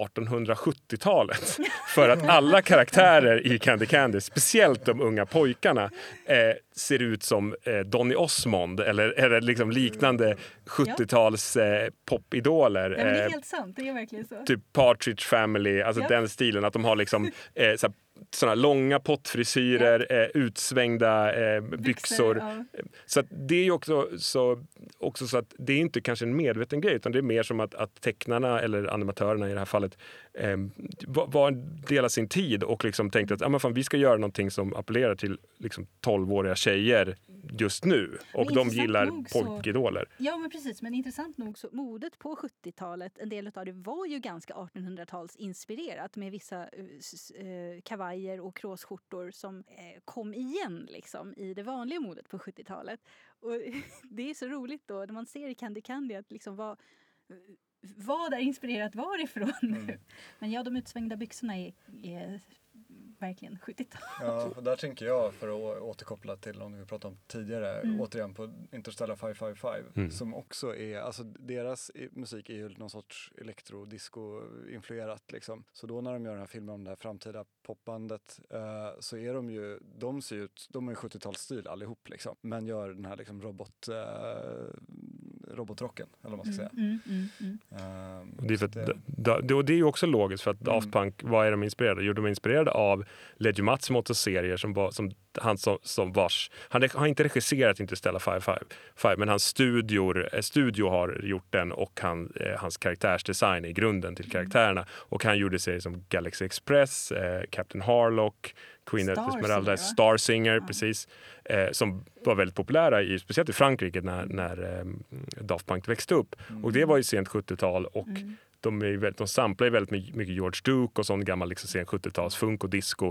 artonhundrasjuttiotalet för att alla karaktärer i Candy Candy, speciellt de unga pojkarna, eh, ser ut som eh, Donny Osmond eller, eller liksom liknande sjuttio-tals eh, popidoler. Nej, men det är Eh, helt sant, det är verkligen så. typ Partridge Family, alltså Ja. den stilen, att de har liksom eh, så sådana långa pottfrisyrer, eh, utsvängda eh, byxor. Ja. Så att det är ju också så, också så att det är inte kanske en medveten grej utan det är mer som att, att tecknarna eller animatörerna i det här fallet eh, var, var en del av sin tid och liksom tänkte att ah, men fan, vi ska göra någonting som appellerar till liksom tolv-åriga tjejer just nu. Och de intressant gillar nog så- pojkidoler. Ja, men precis. Men intressant nog så modet på sjuttiotalet, en del av det var ju ganska artonhundratals inspirerat med vissa uh, s- uh, kavajer och kråsskjortor som uh, kom igen liksom i det vanliga modet på sjuttiotalet. Och det är så roligt då när man ser i Candy Candy att liksom vad, vad är inspirerat varifrån. Mm. Men ja, de utsvängda byxorna är, är verkligen sjuttiotal. Ja, och där tänker jag, för att återkoppla till om vi pratade om tidigare, Mm. återigen på Interstellar fem fem fem, Mm. som också är, alltså deras i- musik är ju någon sorts elektro-disco-influerat liksom. Så då när de gör den här filmen om det här framtida popbandet eh, så är de ju, de ser ut, de är sjuttiotalsstil allihop liksom, men gör den här liksom robot, eh, robotrocken, eller vad man ska Mm, säga. mm, mm, mm. Ehm, Och det, är för så att, det- da, det, och det är ju också logiskt för att Mm. Daft Punk, vad är de inspirerade? Jo, de är inspirerade av Leiji Matsumotos serier som, var, som han som, som vars. Han re- har inte regisserat Interstellar fem fem fem, men hans studior, eh, studio har gjort den och han, eh, hans karaktärsdesign är grunden till karaktärerna. Och han gjorde serier som Galaxy Express, eh, Captain Harlock, Queen Star Esmeralda, Singer, va? Star Singer, Ja. precis. Eh, som var väldigt populära, i, speciellt i Frankrike när, när eh, Daft Punk växte upp. Mm. Och det var ju sent sjuttiotal och Mm. de, är ju väldigt, de samplar ju väldigt mycket, mycket George Duke och sån gammal liksom, sen sjuttiotals funk och disco.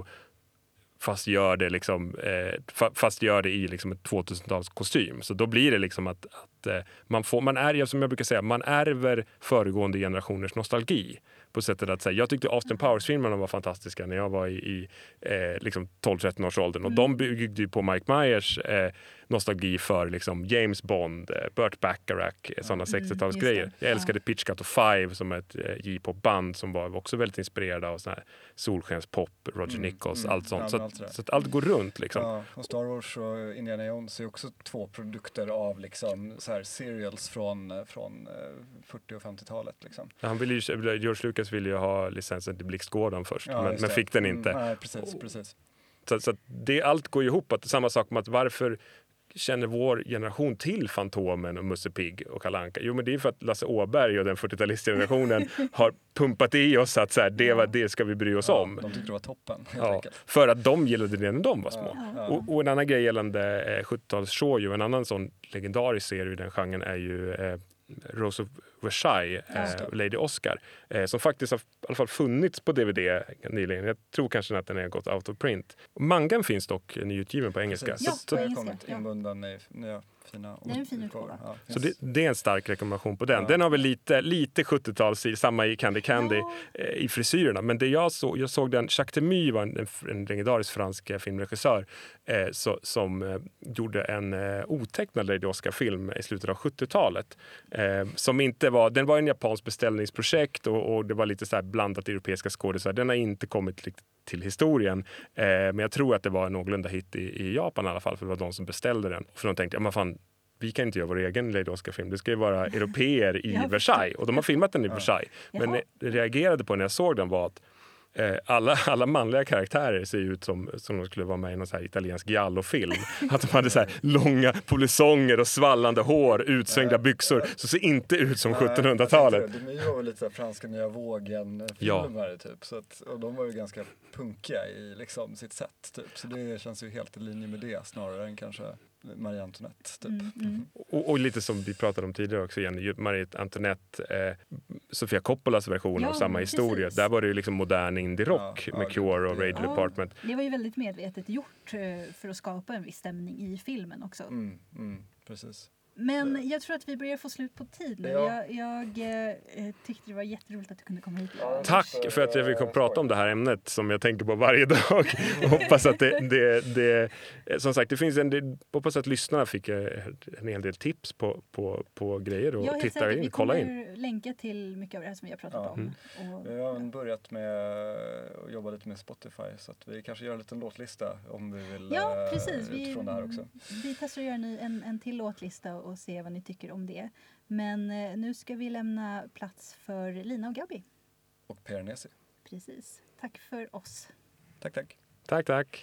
Fast gör det, liksom, eh, fa, fast gör det i liksom, ett tvåtusentals kostym. Så då blir det liksom att, att eh, man, får, man är, som jag brukar säga, man ärver föregående generationers nostalgi. På sättet att säga, jag tyckte Austin Powers-filmerna var fantastiska när jag var i, i eh, liksom tolv tretton års åldern. Och de byggde ju på Mike Myers eh, nostalgi för liksom James Bond, eh, Burt Bacharach, eh, sådana Mm, sextiotalsgrejer. just det. Jag älskade Ja. Pitch Cut och Five som ett eh, J-pop-band som var också väldigt inspirerade av sån här solskenspop, Roger Mm, Nichols, mm, allt sånt. ja, så, men att, allt det där. så att allt går runt liksom. Ja, och Star Wars och Indiana Jones är också två produkter av liksom så här serials från, från eh, fyrtio- och femtiotalet liksom. Han ville ju, George Lucas ville ju ha licensen till Blixtgården först, Ja, men, just men det. fick den Mm, inte. nej, precis, precis. Så, så att det, allt går ju ihop. Att, samma sak med att varför känner vår generation till Fantomen och Musse Pigg och Kalle Anka? Jo, men det är för att Lasse Åberg och den fyrtiotalistgenerationen har pumpat i oss att så här, det, var, det ska vi bry oss Ja, om. de tyckte det var toppen, helt Ja, enkelt. för att de gillade det när de var små. Ja, ja. Och, och en annan grej gällande eh, sjuttiotalsshow, en annan sån legendarisk serie i den genren är ju eh, Rose of Versailles, eh, Lady Oscar, eh, som faktiskt har i alla fall funnits på D V D nyligen. Jag tror kanske att den har gått out of print. Mangan finns dock nyutgiven på engelska. Precis. Ja, Så, på det har engelska, kommit ja. inbunden i nya fina Det är en fin utgåvor. utgåva. Ja, så finns- det, det är en stark rekommendation på den. Ja. Den har väl lite, lite sjuttiotals, i- samma i Candy Candy Ja. eh, i frisyrerna. Men det jag såg, jag såg den, Jacques Demy var en, en legendarisk fransk eh, filmregissör eh, så, som eh, gjorde en eh, otecknad Lady Oscar-film i slutet av sjuttiotalet. Eh, som inte var, den var en japansk beställningsprojekt och, och det var lite så här blandat europeiska skådespelare. Den har inte kommit riktigt till historien. Eh, men jag tror att det var en någorlunda hit i, i Japan i alla fall, för det var de som beställde den. För de tänkte, ja men fan, vi kan inte göra vår egen Lady Oscar-film. Det ska ju vara europeer i Jag Versailles. Och de har filmat den i Versailles. Men Jaha. det jag reagerade på när jag såg den var att eh, alla, alla manliga karaktärer ser ut som, som de skulle vara med i någon så här italiensk giallo-film. Att de hade så här långa polisonger och svallande hår, utsvängda byxor. Så ser inte ut som Nej, sjuttonhundratalet. jag tänkte det. De var väl lite så här franska nya vågen-filmer Ja. typ. Så att, och de var ju ganska punkiga i liksom sitt sätt typ. Så det känns ju helt i linje med det snarare än kanske Marie Antoinette typ. Mm, mm. Och, och lite som vi pratade om tidigare också igen, ju- Marie Antoinette, eh, Sofia Coppolas version Ja, av samma precis. historia. Där var det ju liksom modern indie-rock Ja, med ja, Cure och det- Radio Ja. Department. Det var ju väldigt medvetet gjort eh, för att skapa en viss stämning i filmen också. Mm, mm, precis. Men jag tror att vi börjar få slut på tid nu. Ja. Jag, jag eh, tyckte det var jätteroligt att du kunde komma hit. Ja, Tack för att jag fick prata om det här ämnet som jag tänker på varje dag. Och hoppas att det, det, det som sagt, det finns en del, hoppas att lyssnarna fick eh, en hel del tips på, på, på grejer och Jag är helt tittar säker, in, vi kolla in. kommer länka till mycket av det här som vi har pratat Ja. om. Och, Vi har även börjat med att jobba lite med Spotify så att vi kanske gör en liten låtlista om vi vill ja, eh, precis. Vi, utifrån det här också. vi testar att göra en, en, en till låtlista och se vad ni tycker om det. Men eh, nu ska vi lämna plats för Lina och Gabi. Och Per Nesi. Precis. Tack för oss. Tack, tack. Tack, tack.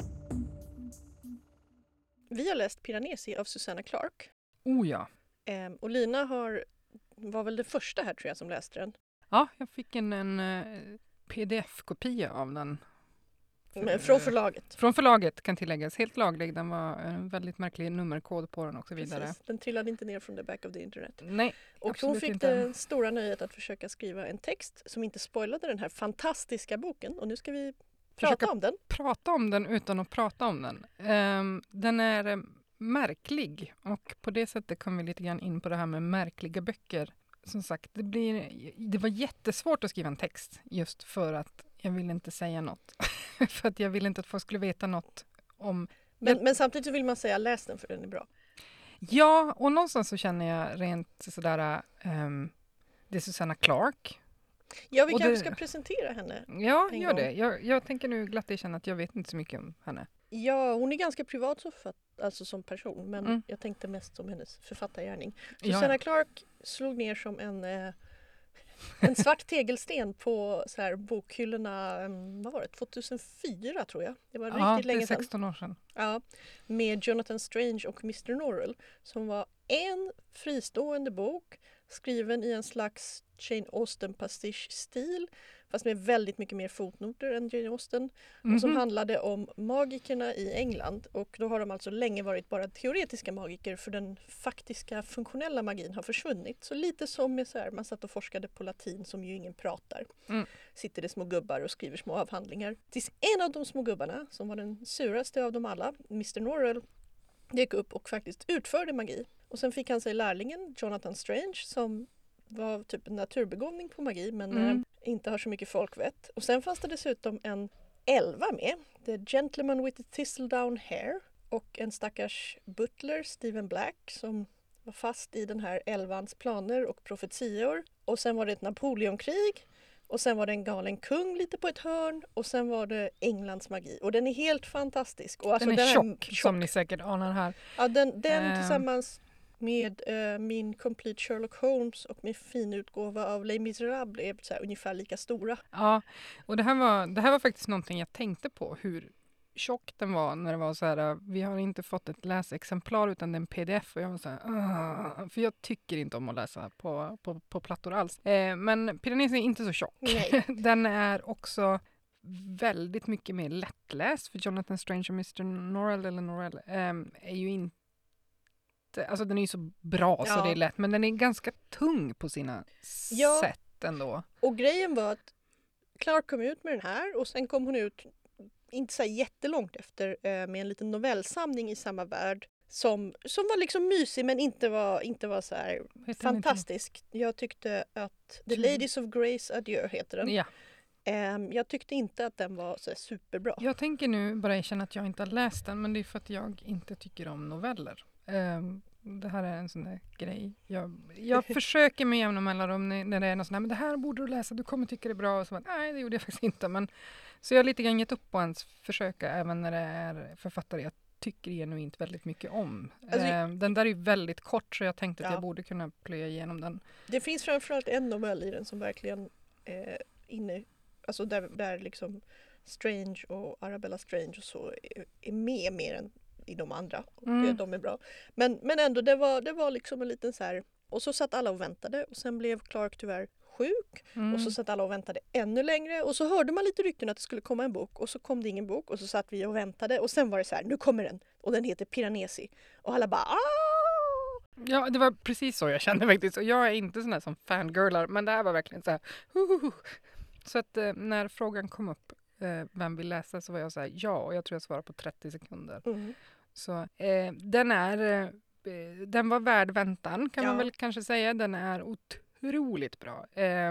Vi har läst Piranesi av Susanna Clark. Oh ja. Ehm, och Lina har, var väl den första här tror jag som läste den. Ja, jag fick en, en eh, pdf-kopia av den. Men från förlaget. Från förlaget kan tilläggas. Helt laglig. Den var en väldigt märklig nummerkod på den och så vidare. Precis. Den trillade inte ner från the back of the internet. Nej, Och absolut hon fick inte. det stora nöjet att försöka skriva en text som inte spoilade den här fantastiska boken. Och nu ska vi prata Försöka om den. prata om den utan att prata om den. Ehm, den är eh, märklig och på det sättet kom vi lite grann in på det här med märkliga böcker. Som sagt, det, blir, det var jättesvårt att skriva en text just för att jag vill inte säga något. För att jag vill inte att folk skulle veta något om... Men, men samtidigt så vill man säga läs den för den är bra. Ja, och någonstans så känner jag rent sådär... Um, det är Susanna Clark. Ja, vi Och kanske det- ska presentera henne. Ja, En gör gång. det. Jag, jag tänker nu glatt erkänna att jag vet inte så mycket om henne. Ja, hon är ganska privat så för, alltså som person, men Mm. jag tänkte mest som hennes författargärning. Ja, Susanna ja. Clark slog ner som en, eh, en svart tegelsten på så här, bokhyllorna, mm, vad var det, tjugohundrafyra tror jag. Det var Ja, riktigt det är länge sedan. sexton år sedan. Ja, med Jonathan Strange och mister Norrell som var en fristående bok skriven i en slags Jane Austen-pastisch-stil fast med väldigt mycket mer fotnoter än Jane Austen och som Mhm. handlade om magikerna i England och då har de alltså länge varit bara teoretiska magiker för den faktiska funktionella magin har försvunnit. Så lite som med så här, man satt och forskade på latin som ju ingen pratar. Mm. Sitter det små gubbar och skriver små avhandlingar. Tills en av de små gubbarna som var den suraste av dem alla, mister Norrell, gick upp och faktiskt utförde magi. Och sen fick han sig lärlingen Jonathan Strange som var typ en naturbegåvning på magi men Mm. eh, inte har så mycket folkvett. Och sen fanns det dessutom en elva med, The Gentleman with the Thistledown Hair och en stackars butler, Stephen Black, som var fast i den här elvans planer och profetior. Och sen var det ett Napoleonkrig och sen var det en galen kung lite på ett hörn och sen var det Englands magi. Och den är helt fantastisk. Och alltså Den är här- tjock, som ni säkert anar här. Ja, den, den Ehm. tillsammans med eh, min Complete Sherlock Holmes och min finutgåva av Les Misérables är så här ungefär lika stora. Ja, och det här, var, det här var faktiskt någonting jag tänkte på, hur tjock den var när det var så här, vi har inte fått ett läsexemplar utan det är en pdf och jag var så här, "Åh", för jag tycker inte om att läsa på, på, på plattor alls. Eh, men Piranesi är inte så tjock. Nej. Den är också väldigt mycket mer lättläst för Jonathan Strange och mister Norrell eller Norrell eh, är ju inte, alltså den är ju så bra så Ja. det är lätt, men den är ganska tung på sina Ja. sätt ändå. Och grejen var att Clark kom ut med den här och sen kom hon ut, inte så här jättelångt efter, eh, med en liten novellsamling i samma värld som, som var liksom mysig men inte var, inte var så här Vad heter den inte? fantastisk. Jag tyckte att The Mm. Ladies of Grace Adieu heter den. Ja. Ehm, jag tyckte inte att den var så här superbra. Jag tänker nu bara erkänna att jag inte har läst den, men det är för att jag inte tycker om noveller. Ehm, det här är en sån där grej. Jag, jag försöker med jämna mellanrum när, när det är något sånt här, men det här borde du läsa, du kommer tycka det är bra. Och så bara, nej, det gjorde jag faktiskt inte. Men, så jag har lite grann gett upp på ens försöka, även när det är författare jag tycker genuint väldigt mycket om. Alltså, Ehm, den där är ju väldigt kort, så jag tänkte att Ja. jag borde kunna plöja igenom den. Det finns framförallt en novell i den som verkligen är inne, alltså där, där liksom Strange och Arabella Strange och så är, är med mer än i de andra. Och Mm. eh, de är bra. Men, men ändå, det var, det var liksom en liten så här, och så satt alla och väntade och sen blev Clark tyvärr sjuk Mm. och så satt alla och väntade ännu längre och så hörde man lite rykten att det skulle komma en bok och så kom det ingen bok och så satt vi och väntade och sen var det så här, nu kommer den och den heter Piranesi och alla bara ah! Ja, det var precis så jag kände faktiskt. Och jag är inte sån här som fangirlar, men det här var verkligen så här. Huhuhu. Så att eh, när frågan kom upp, eh, vem vill läsa, så var jag så här, ja, och jag tror jag svarade på trettio sekunder. Mm. Så eh, den är, eh, den var värd väntan kan man Ja. väl kanske säga. Den är otroligt bra. Eh,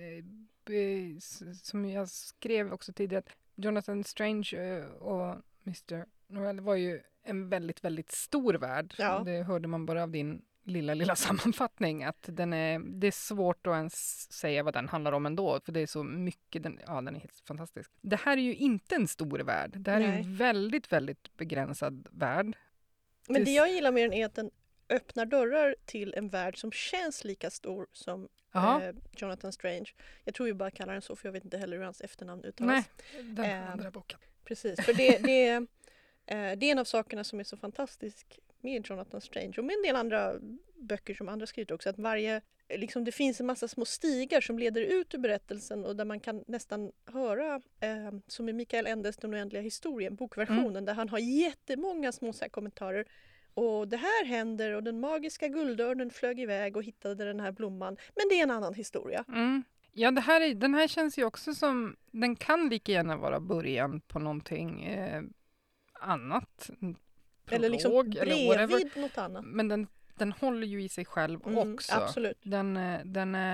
eh, s- som jag skrev också tidigare, att Jonathan Strange eh, och mister Norrell var ju en väldigt, väldigt stor värld. Ja. Det hörde man bara av din lilla, lilla sammanfattning. Att den är, det är svårt att ens säga vad den handlar om ändå. För det är så mycket, den, ja, den är helt fantastisk. Det här är ju inte en stor värld. Det här är Nej. en väldigt, väldigt begränsad värld. Men Det- det jag gillar med den är att den öppnar dörrar till en värld som känns lika stor som Ja, eh, Jonathan Strange. Jag tror ju bara kallar den så för jag vet inte heller hur hans efternamn uttalas. nej, den Ehm, andra boken. Precis, för det, det, är, eh, det är en av sakerna som är så fantastisk med Jonathan Strange och med en del andra böcker som andra skrivit också. Att varje, liksom, det finns en massa små stigar som leder ut ur berättelsen och där man kan nästan höra, eh, som i Mikael Endes Den oändliga historien, bokversionen, Mm. där han har jättemånga små så här kommentarer. Och det här händer och den magiska guldörnen flög iväg och hittade den här blomman. Men det är en annan historia. Mm. Ja, det här är, den här känns ju också som, den kan lika gärna vara början på någonting eh, annat. En Eller liksom prolog eller whatever. bredvid något annat. Men den, den håller ju i sig själv Mm, också. absolut. Den, eh, den är,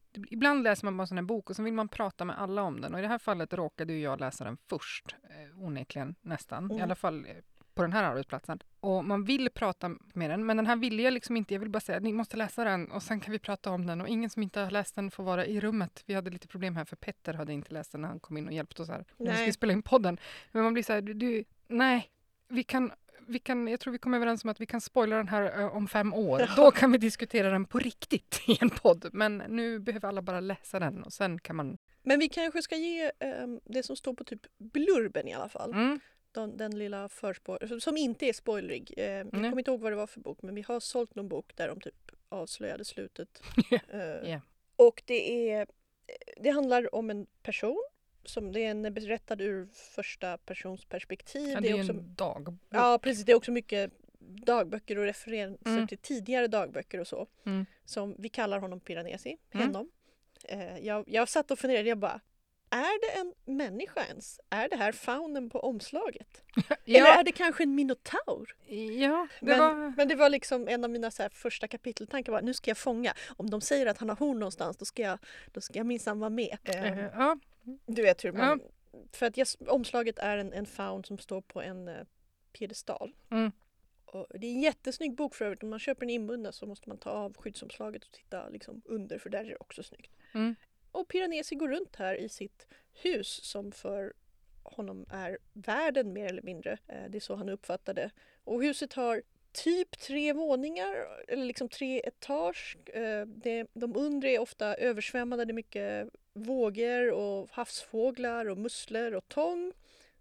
ibland läser man bara en sån här bok och så vill man prata med alla om den. Och i det här fallet råkade ju jag läsa den först, eh, onekligen nästan. Mm. I alla fall eh, på den här arbetsplatsen. Och man vill prata med den, men den här vill jag liksom inte. Jag vill bara säga att ni måste läsa den och sen kan vi prata om den. Och ingen som inte har läst den får vara i rummet. Vi hade lite problem här för Petter hade inte läst den när han kom in och hjälpte oss här. När vi Nej. skulle spela in podden. Men man blir så här, du, du nej, vi kan... Vi kan, jag tror vi kommer överens om att vi kan spoila den här uh, om fem år. Ja. Då kan vi diskutera den på riktigt i en podd. Men nu behöver alla bara läsa den och sen kan man... Men vi kanske ska ge um, det som står på typ blurben i alla fall. Mm. Den, den lilla förspår som inte är spoilerig. Eh, jag Mm. kommer inte ihåg vad det var för bok, men vi har sålt någon bok där de typ avslöjade slutet. Eh, Yeah. Och det är det handlar om en person som det är en berättad ur första persons perspektiv. Ja, det det är är också en dagbok. Ja, precis. Det är också mycket dagböcker och referenser Mm. till tidigare dagböcker och så. Mm. Som vi kallar honom Piranesi, Mm. honom. Eh, jag, jag satt och funderade, jag bara, är det en människa ens? Är det här faunen på omslaget? Eller Ja, är det kanske en minotaur? ja, det Men, var... men det var liksom en av mina så här första kapiteltankar var, nu ska jag fånga. Om de säger att han har horn någonstans, då ska jag, då ska jag minsann vara med. Eh, Eh, ja, du vet hur man... För att yes, omslaget är en, en faun som står på en uh, piedestal. Mm. Och det är en jättesnygg bok för övrigt. Om man köper den inbunden så måste man ta av skyddsomslaget och titta liksom under, för där är det också snyggt. Mm. Och Piranesi går runt här i sitt hus som för honom är världen mer eller mindre. Eh, Det är så han uppfattade. Och huset har typ tre våningar, eller liksom tre etage. Eh, det, de undre är ofta översvämmade, det är mycket vågor och havsfåglar och musslor och tång.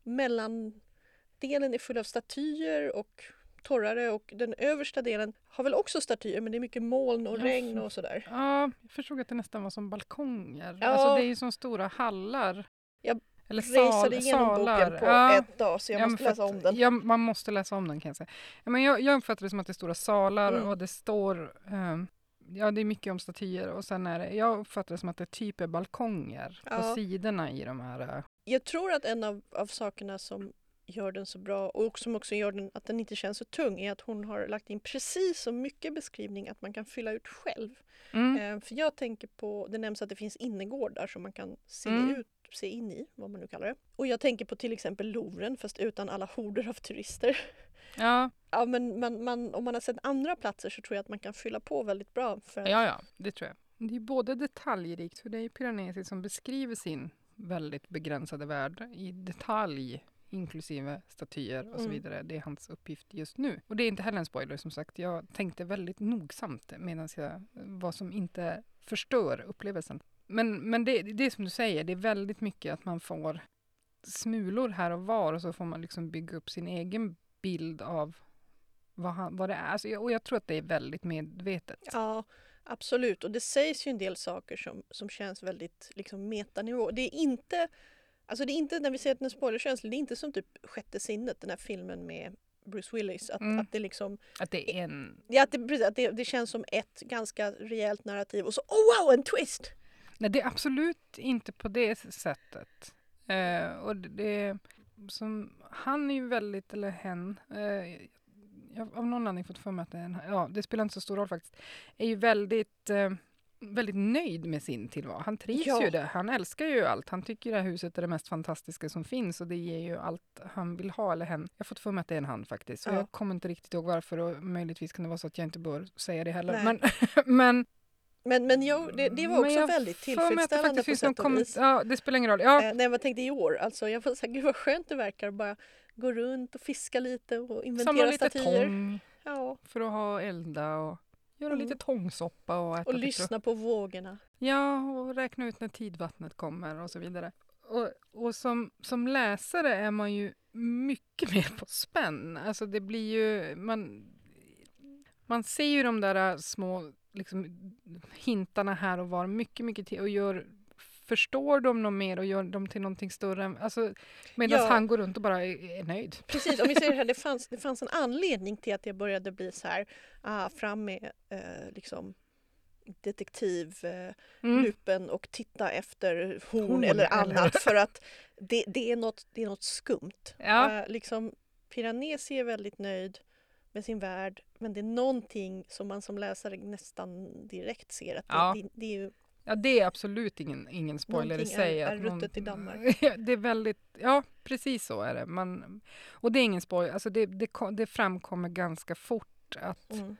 Mellandelen är full av statyer och torrare, och den översta delen har väl också statyer, men det är mycket moln och Ja, regn för- och sådär. ja, jag förstod att det nästan var som balkonger. Ja. Alltså det är ju som stora hallar. Jag Eller Raceade sal, igenom salar. boken på Ja. ett dag, så jag Ja, men måste för läsa att- om den. Ja, man måste läsa om den kan jag säga. Ja, men jag, jag uppfattar det som att det är stora salar Mm. och det står... ehm, ja, det är mycket om statyer och sen är det... Jag uppfattar det som att det typ är balkonger Ja. på sidorna i de här... eh, Jag tror att en av, av sakerna som gör den så bra, och som också gör den, att den inte känns så tung, är att hon har lagt in precis så mycket beskrivning att man kan fylla ut själv. Mm. Eh, för jag tänker på, det nämns att det finns innergårdar som man kan se, Mm. ut, se in i, vad man nu kallar det. Och jag tänker på till exempel Louvren, fast utan alla horder av turister. Ja, Ja, men man, man, om man har sett andra platser så tror jag att man kan fylla på väldigt bra. För att, ja, ja, det tror jag. Det är både detaljrikt, för det är Piranesi som beskriver sin väldigt begränsade värld i detalj, inklusive statyer och så Mm. vidare. Det är hans uppgift just nu. Och det är inte heller en spoiler, som sagt. Jag tänkte väldigt nogsamt medan jag, vad som inte förstör upplevelsen. Men, men det, det är som du säger, det är väldigt mycket att man får smulor här och var, och så får man liksom bygga upp sin egen bild av vad, han, vad det är. Alltså, jag- och jag tror att det är väldigt medvetet. Ja, absolut. Och det sägs ju en del saker som, som känns väldigt liksom, metanivå. Det är inte, alltså det är inte, när vi säger att den är spoilerkänslig, det är inte som typ Sjätte sinnet, den här filmen med Bruce Willis. Att, Mm. att det liksom, Att det är en... ja, att det, precis, att det, det känns som ett ganska rejält narrativ och så, oh wow, en twist! Nej, det är absolut inte på det sättet. Eh, och det, det som, han är ju väldigt, eller hen, eh, jag har av någon anledning fått för mig att det är en, ja, det spelar inte så stor roll faktiskt, är ju väldigt, eh, väldigt nöjd med sin tillvaro. Han trivs Ja. ju där, han älskar ju allt. Han tycker det här huset är det mest fantastiska som finns, och det ger ju allt han vill ha, eller hen. Jag har fått för mig att det är en han faktiskt. Så Ja. jag kommer inte riktigt ihåg varför, och möjligtvis kan det vara så att jag inte bör säga det heller. Nej. Men, men Men, men jag, det, det var Men också jag väldigt för mig att det tillfredsställande faktiskt på finns någon sätt och komment- vis. Ja, det spelar ingen roll. Ja, Eh, när jag tänkte i år, alltså jag var så här, gud vad skönt det verkar att bara gå runt och fiska lite och samla inventera lite statyer. tång Ja, för att ha elda och göra Mm. lite tångsoppa och äta och lite- lyssna på vågorna. Ja, och räkna ut när tidvattnet kommer och så vidare. Och, och som, som läsare är man ju mycket mer på spänn. Alltså det blir ju... Man, man ser ju de där små liksom, hintarna här och var mycket, mycket till och gör... Förstår de något mer och gör dem till någonting större? än- Alltså, medan Ja. han går runt och bara är, är nöjd. Precis, om vi säger det här, det fanns, det fanns en anledning till att jag började bli så här, ah, fram med eh, liksom detektivlupen eh, Mm. och titta efter horn, Horn, eller eller- annat, för att det, det, är något, det är något skumt. Ja. Eh, liksom, Piranesi är väldigt nöjd med sin värld, men det är någonting som man som läsare nästan direkt ser att det, Ja. det, det är ju Ja, det är absolut ingen, ingen spoiler Någonting i sig. är, att är någon- ruttet i Danmark. det är väldigt, ja precis så är det. Man, och det är ingen spoiler, alltså det, det, ko- det framkommer ganska fort att, Mm.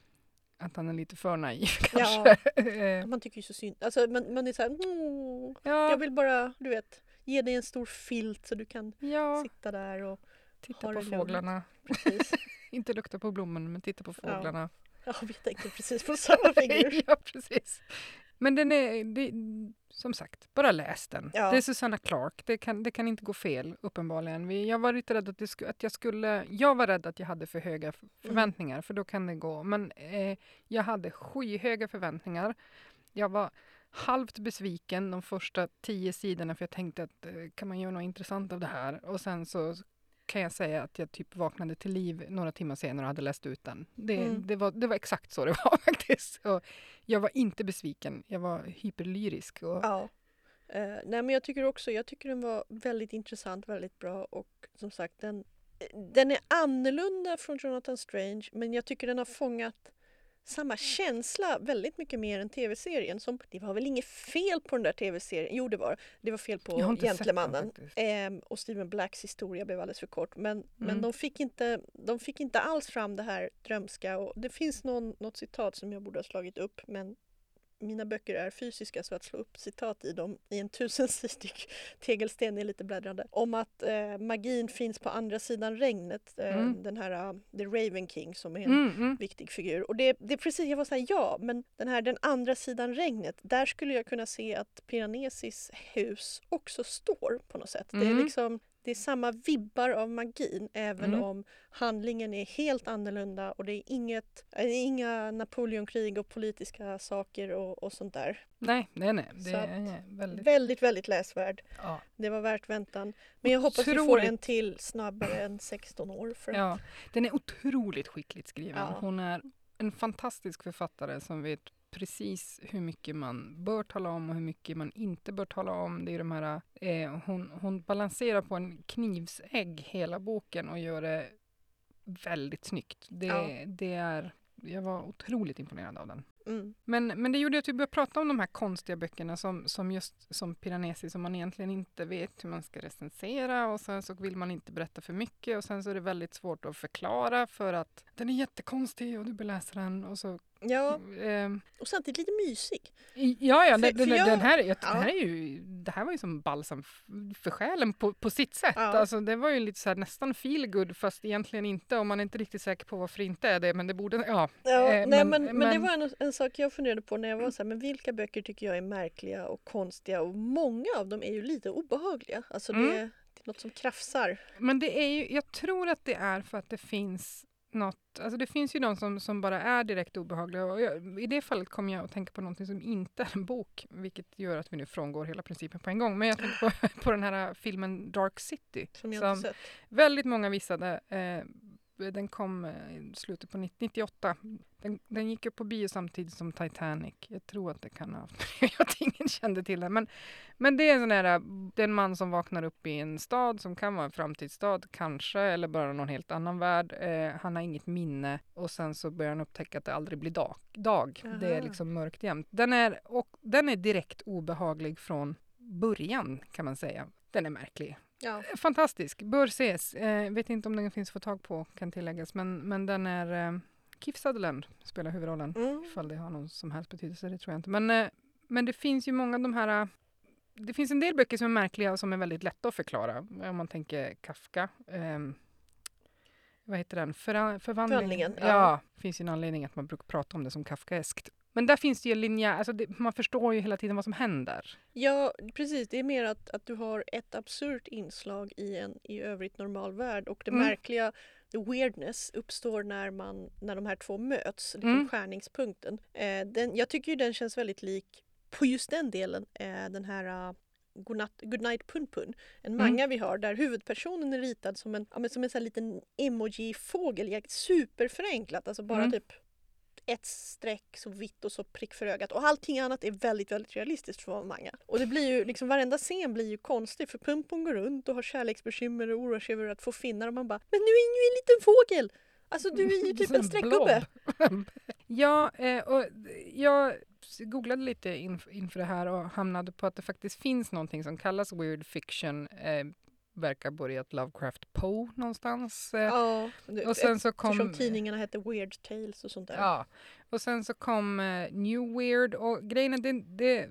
att han är lite för naiv Ja. kanske. Eh, Man tycker ju så synd. Alltså, man, man är så här, "Mm, jag ja, vill bara, du vet, ge dig en stor filt så du kan ja, sitta där och titta ha på det lugnt." fåglarna. precis. Inte lukta på blommorna, men titta på fåglarna. Ja, vi tänkte precis på samma figur. ja, precis. Men den är, det, som sagt, bara läs den. Ja. Det är Susanna Clark. Det kan, det kan inte gå fel, uppenbarligen. Vi, jag var lite rädd att, det sku, att jag skulle... Jag var rädd att jag hade för höga f- förväntningar, för då kan det gå. Men eh, jag hade skyhöga förväntningar. Jag var halvt besviken de första tio sidorna, för jag tänkte att eh, kan man göra något intressant av det här? Och sen så kan jag säga att jag typ vaknade till liv några timmar senare och hade läst ut den. Det, Mm. det, var, det var exakt så det var faktiskt. Och jag var inte besviken. Jag var hyperlyrisk. Och, Ja. Eh, nej men jag tycker också, jag tycker den var väldigt intressant, väldigt bra och som sagt den, den är annorlunda från Jonathan Strange, men jag tycker den har fångat samma känsla väldigt mycket mer än tv-serien. Som, det var väl inget fel på den där tv-serien? Jo det var. Det var fel Jag på har inte sett den Gentlemannen. faktiskt. Ehm, och Stephen Blacks historia blev alldeles för kort. Men, men Mm. de, fick inte, de fick inte alls fram det här drömska. Och det finns någon, något citat som jag borde ha slagit upp, men mina böcker är fysiska, så att slå upp citat i dem i en tusensidig tegelsten är lite bläddrande. Om att eh, magin finns på andra sidan regnet. Eh, Mm. Den här uh, The Raven King som är en Mm, mm. viktig figur. Och det, det är precis, jag var såhär, ja, men den här den andra sidan regnet, där skulle jag kunna se att Piranesi's hus också står på något sätt. Det är Mm. liksom, det är samma vibbar av magin, även Mm. om handlingen är helt annorlunda och det är inget, det är inga Napoleonkrig och politiska saker och, och sånt där. Nej, nej, nej. Det Så att- är väldigt... Väldigt, väldigt läsvärd. Ja. Det var värt väntan. Men jag hoppas vi får Otroligt. en till snabbare än sexton år. För att, Ja, den är otroligt skickligt skriven. Ja. Hon är en fantastisk författare som vet precis hur mycket man bör tala om och hur mycket man inte bör tala om. Det är de här, eh, hon, hon balanserar på en knivsägg hela boken och gör det väldigt snyggt. Det, Ja. det är, jag var otroligt imponerad av den. mm. Men, men det gjorde att vi började prata om de här konstiga böckerna som, som just som Piranesi, som man egentligen inte vet hur man ska recensera, och sen så vill man inte berätta för mycket och sen så är det väldigt svårt att förklara för att den är jättekonstig och du beläser den och så... Ja, ehm, och samtidigt lite mysig. i- ja, ja, För- den, för den, jag- den här, jag, ja. det här är ju, det här var ju som balsam f- för själen på, på sitt sätt. Ja. Alltså det var ju lite så här nästan feel good, fast egentligen inte, och man är inte riktigt säker på varför inte är det, men det borde, ja. Ja, Eh, nej, men- men, men, det men- var en, en sak jag funderade på när jag var så här, men vilka böcker tycker jag är märkliga och konstiga, och många av dem är ju lite obehagliga. Alltså det, Mm. det är något som krafsar. Men det är ju, jag tror att det är för att det finns något, alltså det finns ju de som, som bara är direkt obehagliga, och jag, i det fallet kommer jag att tänka på något som inte är en bok, vilket gör att vi nu frångår hela principen på en gång. Men jag tänker på, på den här filmen Dark City, Som jag som inte sett. väldigt många visade. Eh, den kom eh, i slutet på nittioåtta. Den, den gick upp på bio samtidigt som Titanic. Jag tror att det kan ha haft att ingen kände till den. Men, men det är en sån här, det är en man som vaknar upp i en stad som kan vara en framtidsstad, kanske, eller bara någon helt annan värld. Eh, han har inget minne och sen så börjar han upptäcka att det aldrig blir dag. dag. Det är Aha. liksom mörkt jämt. Den är, och den är direkt obehaglig från början, kan man säga. Den är märklig. Ja. Fantastisk, bör ses. Eh, vet inte om den finns att få tag på, kan tilläggas. Men, men den är... Eh, Keith Sutherland spelar huvudrollen. Mm. Ifall det har någon som helst betydelse, det tror jag inte. Men, eh, men det finns ju många av de här... eh, Det finns en del böcker som är märkliga och som är väldigt lätta att förklara. Om man tänker Kafka. Eh, vad heter den? För, förvandling. Förvandlingen, Ja. ja. Det finns ju en anledning att man brukar prata om det som kafkaeskt. Men där finns det ju linjer, alltså det, man förstår ju hela tiden vad som händer. Ja, precis. Det är mer att, att du har ett absurt inslag i en i övrigt normal värld, och det Mm. märkliga, the weirdness, uppstår när, man, när de här två möts, liksom Mm. skärningspunkten. Eh, den, jag tycker ju den känns väldigt lik, på just den delen, eh, den här uh, Godnatt, Goodnight Pun Pun, en Mm. manga vi har där huvudpersonen är ritad som en, ja, men som en sån här liten emoji-fågel, jag- superförenklat, alltså bara Mm. typ ett streck så vitt och så prick för ögat, och allting annat är väldigt, väldigt realistiskt för att vara en manga. Och det blir ju liksom, varenda scen blir ju konstig, för Pumpon går runt och har kärleksbekymmer och oroar sig över att få finnar, och man bara, men nu är ju en liten fågel! Alltså du är ju typ en streckgubbe. Ja, eh, och jag googlade lite inf- inför det här och hamnade på att det faktiskt finns någonting som kallas weird fiction. Eh, verkar börjat Lovecraft Poe någonstans. Eh, Ja, och sen så kom... eftersom tidningarna hette Weird Tales och sånt där. Ja, och sen så kom eh, New Weird och grejen är, det, det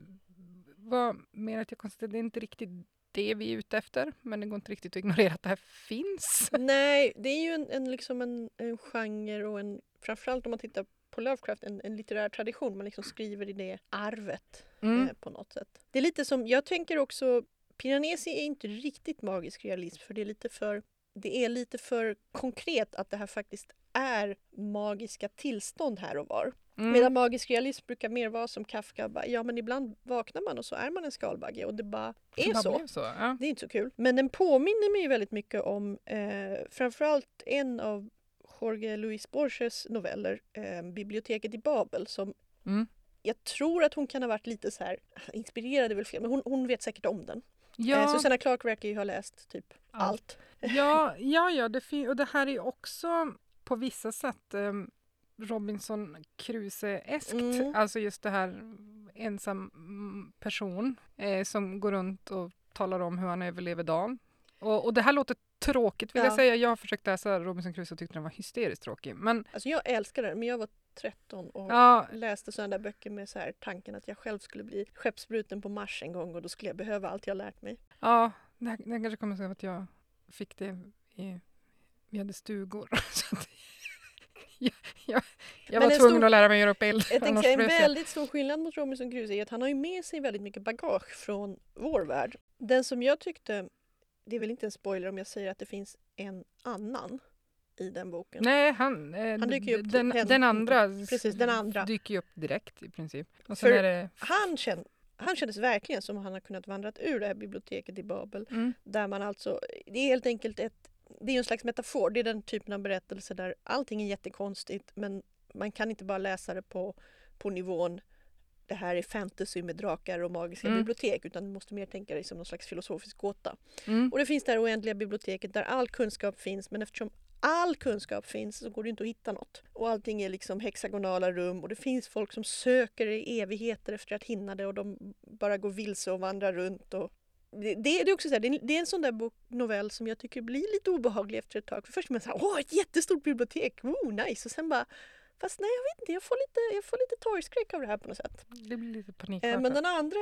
var mer att jag konstaterade att det är inte riktigt det vi är ute efter, men det går inte riktigt att ignorera att det här finns. Nej, det är ju en, en, liksom en, en genre och en, framförallt om man tittar på Lovecraft, en, en litterär tradition. Man liksom skriver i det arvet Mm. eh, på något sätt. Det är lite som, jag tänker också, Piranesi är inte riktigt magisk realism för det är lite för, det är lite för konkret att det här faktiskt är magiska tillstånd här och var. Mm. Medan magisk realism brukar mer vara som Kafka, bara, ja men ibland vaknar man och så är man en skalbagge och det bara är Det bara så. blev så. Ja. Det är inte så kul. Men den påminner mig ju väldigt mycket om eh, framförallt en av Jorge Luis Borges noveller, eh, Biblioteket i Babel, som Mm. jag tror att hon kan ha varit lite så här, inspirerad är väl fel, men hon, hon vet säkert om den. Eh, Ja, Susanna Clark verkar ju ha läst typ allt. ja, ja, ja det fin- och det här är också på vissa sätt um, Robinson Crusoe-eskt. Mm. Alltså just det här ensam mm, person eh, som går runt och talar om hur han överlever dagen. Och, och det här låter tråkigt vill Ja. jag säga. Jag har försökt läsa Robinson Crusoe och tyckte den var hysteriskt tråkig. Men Alltså jag älskar den, men jag var tretton och ja, läste sådana där böcker med så här tanken att jag själv skulle bli skeppsbruten på Mars en gång och då skulle jag behöva allt jag lärt mig. ja det, här, det här kanske kommer sig av att jag fick det i, vi hade stugor. Så att jag, jag, jag Men var en tvungen stor- att lära mig göra upp eld. Jag tänkte annars säga, en frös jag. väldigt stor skillnad mot Robinson Crusoe är att han har ju med sig väldigt mycket bagage från vår värld. Den som jag tyckte, det är väl inte en spoiler om jag säger att det finns en annan i den boken. Nej, han, eh, Han dyker ju upp den, till- den andra Precis, den andra. dyker ju upp direkt i princip. Och sen För- är det... Han, känn, han kändes verkligen som han har kunnat vandra ur det här biblioteket i Babel. Mm. Där man alltså, det är helt enkelt ett, det är ju en slags metafor. Det är den typen av berättelse där allting är jättekonstigt men man kan inte bara läsa det på, på nivån det här är fantasy med drakar och magiska Mm. bibliotek utan du måste mer tänka dig som någon slags filosofisk gåta. Mm. Och det finns det här oändliga biblioteket där all kunskap finns men eftersom all kunskap finns så går det inte att hitta något. Och allting är liksom hexagonala rum och det finns folk som söker i evigheter efter att hinna det och de bara går vilse och vandrar runt. Och det, det är också så här, det, är, det är en sån där bok, novell som jag tycker blir lite obehaglig efter ett tag. För först är man så här, åh ett jättestort bibliotek, oh nice. Och sen bara, fast nej jag vet inte, jag får lite, jag får lite torgskräck av det här på något sätt. Det blir lite Eh, panikartat. men den andra,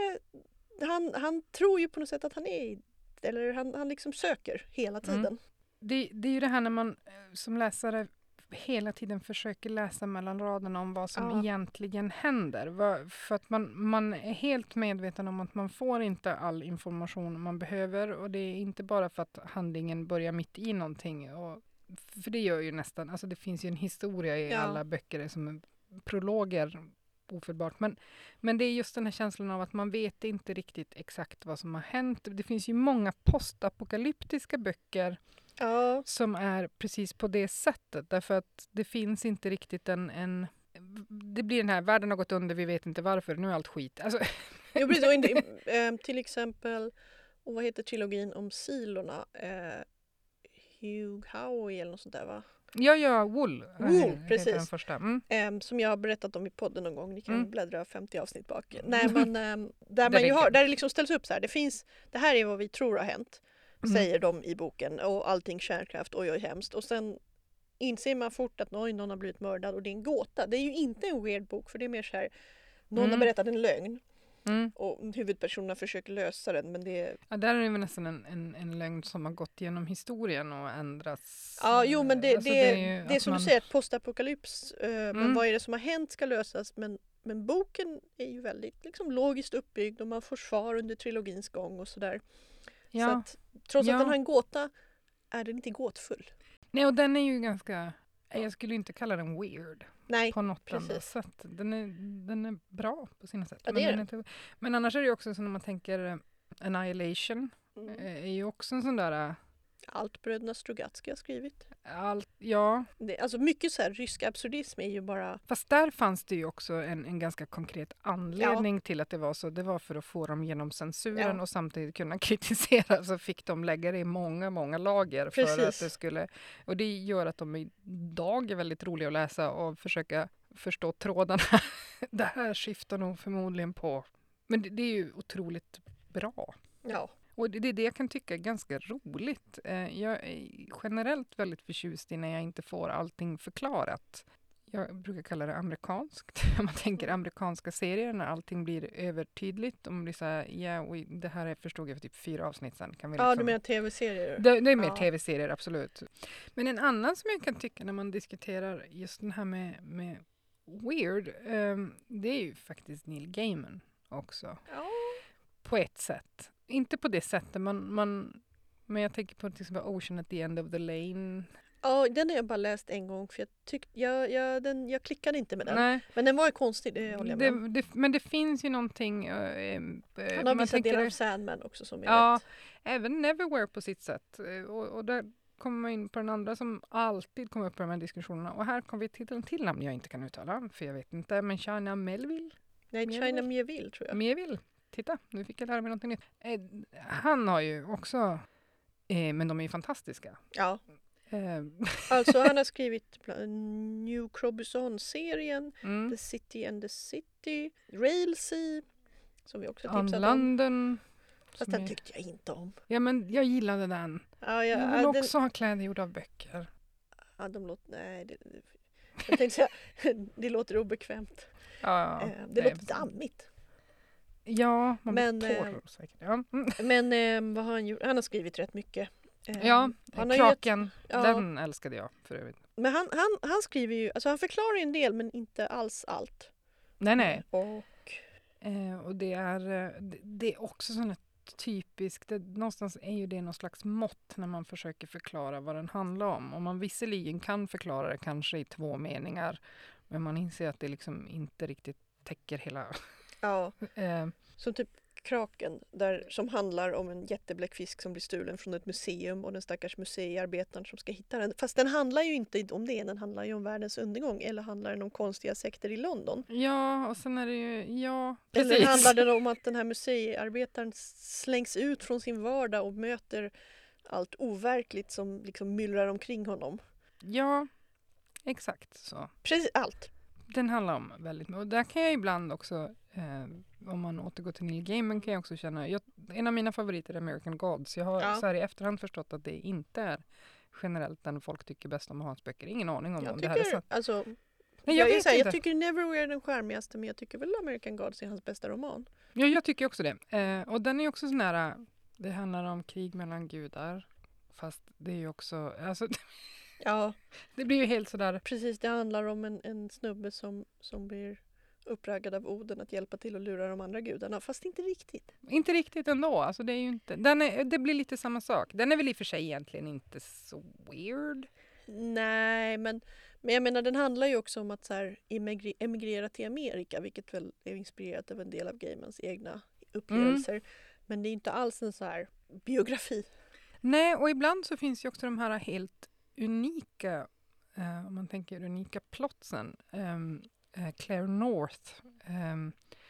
han, han tror ju på något sätt att han är, eller han, han liksom söker hela tiden. Mm. det, det är ju det här när man eh, som läsare hela tiden försöker läsa mellan raderna om vad som Ja. egentligen händer. Va- För att man, man är helt medveten om att man får inte all information man behöver och det är inte bara för att handlingen börjar mitt i någonting. Och, för det gör ju nästan, alltså det finns ju en historia i Ja. alla böcker som är prologer ofelbart. Men, men det är just den här känslan av att man vet inte riktigt exakt vad som har hänt. Det finns ju många postapokalyptiska böcker Ja, som är precis på det sättet. Därför att det finns inte riktigt en... en det blir den här, världen har gått under, vi vet inte varför, nu är allt skit. Alltså, jo, precis, och inte, eh, till exempel, och vad heter trilogin om silorna? Eh, Hugh Howey eller något sånt där va? ja, ja, Wool. Wool, heter precis. Den första. Mm. Eh, som jag har berättat om i podden någon gång. Ni kan Mm. bläddra femtio avsnitt bak. Nej, men eh, där, man Det ju har, räcker. där det liksom ställs upp så här. Det finns, det här är vad vi tror har hänt. Mm. Säger de i boken. Och allting kärnkraft, oj oj hemskt. Och sen inser man fort att oj, någon har blivit mördad och det är en gåta. Det är ju inte en weird bok för det är mer så här. Någon Mm. har berättat en lögn Mm. och huvudpersonerna försöker lösa den men det är... Ja, där är det väl nästan en, en, en lögn som har gått genom historien och ändrats. Ja, jo men det, Alltså, det, är det, ju är att som man- du säger, ett postapokalyps. Eh, Men Mm. vad är det som har hänt ska lösas. Men, men boken är ju väldigt liksom, logiskt uppbyggd och man får svar under trilogins gång och sådär. Så Ja. att, trots Ja. att den har en gåta är den inte gåtfull. Nej, och den är ju ganska... Jag skulle inte kalla den weird Nej, på något precis. enda sätt. Den är, den är bra på sina sätt. Ja, det men, är den är inte, men annars är det ju också så när man tänker eh, Annihilation mm. eh, är ju också en sån där... eh, allt bröderna Strugatsky har skrivit. Allt, ja, Det, alltså mycket så här rysk absurdism är ju bara... fast där fanns det ju också en, en ganska konkret anledning till att det var så. Det var för att få dem genom censuren Ja. och samtidigt kunna kritisera. Så fick de lägga det i många, många lager för Precis. att det skulle... Och det gör att de idag är väldigt roliga att läsa och försöka förstå trådarna. Det här skiftar nog förmodligen på. Men det, det är ju otroligt bra. Ja. Och det, det är det jag kan tycka är ganska roligt. Eh, jag är generellt väldigt förtjust i när jag inte får allting förklarat. Jag brukar kalla det amerikanskt. Om man tänker amerikanska serier när allting blir övertydligt. Om man blir så här, ja, oj, det här är, förstod jag för typ fyra avsnitt sedan. Kan vi liksom... Ja, du menar tv-serier? Det, det är mer ja. tv-serier, absolut. Men en annan som jag kan tycka när man diskuterar just den här med, med weird, um, det är ju faktiskt Neil Gaiman också. Ja. På ett sätt. Inte på det sättet, man, man, men jag tänker på till exempel Ocean at the end of the lane. Ja, den har jag bara läst en gång för jag tyckte, jag, jag, den, jag klickade inte med den. Nej, Men den var ju konstig, det håller jag med om. det, det, men det finns ju någonting... Uh, uh, Han har man vissa tänker- delar av Sandman också som är Ja, rätt. även Neverwhere på sitt sätt. Uh, Och, och där kommer man in på den andra som alltid kommer upp på de här diskussionerna. Och här kommer vi till en till namn jag inte kan uttala, för jag vet inte. Men China Melville? Nej, Melville. China Mieville tror jag. Melville. Titta, nu fick jag lära mig någonting nytt. Eh, han har ju också... Eh, men de är ju fantastiska. Ja, Eh, alltså han har skrivit bland- New Crobuzon-serien, mm. The City and the City, Railsea, som vi också On tipsat om. London. Fast som den är- tyckte jag inte om. Ja, men jag gillade den. Ja, Jag jag, vill ja, också den, ha kläder gjorda av böcker. ja, de låter, nej, det, det, jag tänkte säga, det låter obekvämt. Ja, Eh, det nej, låter dammigt. Ja, man Men, blir torr eh, säkert. Ja, mm. Men eh, vad har han gjort? Han har skrivit rätt mycket. Eh, ja han har ju Kraken, ja. den älskade jag för övrigt. Men han, han, han skriver ju, alltså han förklarar ju en del men inte alls allt. Nej, nej. Och, Eh, och det är, eh, det, det är också sån här typiskt, det, någonstans är ju det någon slags mått när man försöker förklara vad den handlar om. Om man visserligen kan förklara det kanske i två meningar, men man inser att det liksom inte riktigt täcker hela... ja, eh, som typ Kraken, där, som handlar om en jättebläckfisk som blir stulen från ett museum och den stackars museiarbetaren som ska hitta den. Fast den handlar ju inte om det, den handlar ju om världens undergång. Eller handlar den om konstiga sekter i London? ja, och sen är det ju... Ja, Eller precis. handlar det om att den här museiarbetaren slängs ut från sin vardag och möter allt overkligt som liksom myllrar omkring honom? Ja, exakt så. Precis allt. Den handlar om väldigt mycket. Och där kan jag ibland också, eh, om man återgår till Neil Gaiman, kan jag också känna... Jag, en av mina favoriter är American Gods. Jag har Ja. så här i efterhand förstått att det inte är generellt den folk tycker bäst om hans böcker. Ingen aning om, Jag om det här är tycker, sant. alltså, Nej, jag, jag, är vet så här, inte. jag tycker Neverwhere är den charmigaste, men jag tycker väl American Gods är hans bästa roman. Ja, jag tycker också det. Eh, och den är också sån här... Det handlar om krig mellan gudar. Fast det är ju också... Alltså, Ja, det blir ju helt sådär... precis. Det handlar om en, en snubbe som, som blir uppraggad av Oden att hjälpa till att lura de andra gudarna, fast inte riktigt. Inte riktigt ändå. Alltså, det är ju inte... Den är, det blir lite samma sak. Den är väl i och för sig egentligen inte så weird. Nej, men, men jag menar den handlar ju också om att så här, emigre- emigrera till Amerika, vilket väl är inspirerat av en del av Gaimans egna upplevelser. Men det är inte alls en så här biografi. Nej, och ibland så finns ju också de här helt unika, eh, om man tänker unika plotsen. Um, eh, Claire North, um,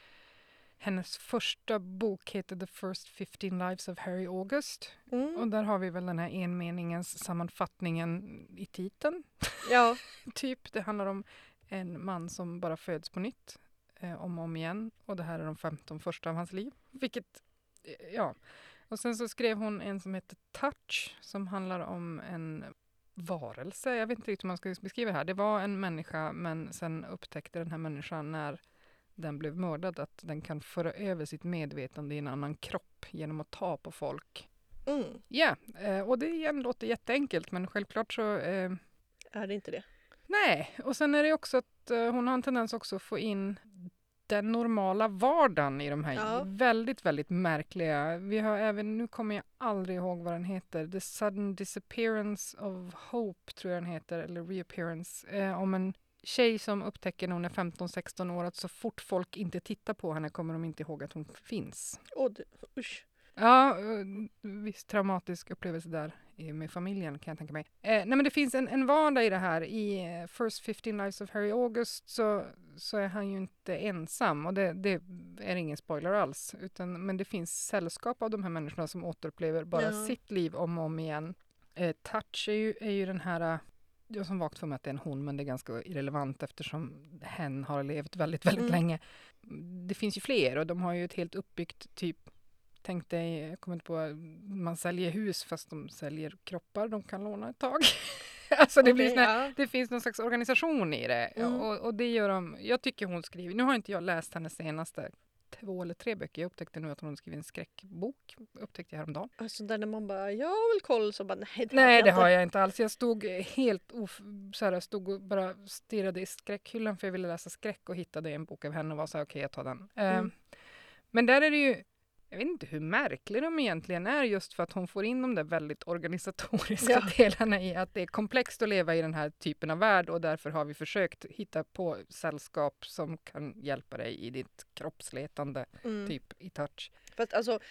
hennes första bok heter The First fifteen Lives of Harry August. Och Mm. där har vi väl den här enmeningens sammanfattningen i titeln. Ja, Typ, det handlar om en man som bara föds på nytt eh, om och om igen. Och det här är de femton första av hans liv. Vilket, eh, ja. Och sen så skrev hon en som heter Touch som handlar om en varelse. Jag vet inte riktigt hur man ska beskriva det här. Det var en människa, men sen upptäckte den här människan när den blev mördad att den kan föra över sitt medvetande i en annan kropp genom att ta på folk. mm. Ja, eh, och det igen låter jätteenkelt, men självklart så... Eh, Är det inte det? nej, och sen är det också att eh, hon har en tendens också att få in den normala vardagen i de här Ja. väldigt, väldigt märkliga. Vi har även, nu kommer jag aldrig ihåg vad den heter, The Sudden Disappearance of Hope tror jag den heter, eller Reappearance, eh, om en tjej som upptäcker när hon är femton sexton år att så fort folk inte tittar på henne kommer de inte ihåg att hon finns. Åh, det, usch. Ja, eh, viss traumatisk upplevelse där i- med familjen kan jag tänka mig. Eh, nej men det finns en, en vardag i det här. I eh, First fifteen Lives of Harry August så, så är han ju inte ensam och det, det är ingen spoiler alls. Utan, men det finns sällskap av de här människorna som återupplever bara Ja. sitt liv om och om igen. Eh, Touch är ju, är ju den här jag som vagt för mig att det är en hon, men det är ganska irrelevant eftersom hen har levt väldigt, väldigt Mm. länge. Det finns ju fler och de har ju ett helt uppbyggt typ, tänk dig, jag kommer inte på, man säljer hus fast de säljer kroppar de kan låna ett tag. Alltså det, blir Okej, sån här, ja. det finns någon slags organisation i det. Mm. Och, och det gör de, jag tycker hon skriver, nu har inte jag läst hennes senaste två eller tre böcker. Jag upptäckte nu att hon skriver en skräckbok, upptäckte jag häromdagen. Alltså där när man bara, jag har väl koll, så bara nej det, Nej, hade det jag har inte. jag inte alls. Jag stod helt of, så här, jag stod och bara stirrade i skräckhyllan för jag ville läsa skräck och hittade en bok av henne och var så här, okej, jag tar den. Mm. Eh, men där är det ju, jag vet inte hur märkliga de egentligen är just för att hon får in de där väldigt organisatoriska Ja. delarna i att det är komplext att leva i den här typen av värld och därför har vi försökt hitta på sällskap som kan hjälpa dig i ditt kroppsletande, Mm. typ i touch. För att alltså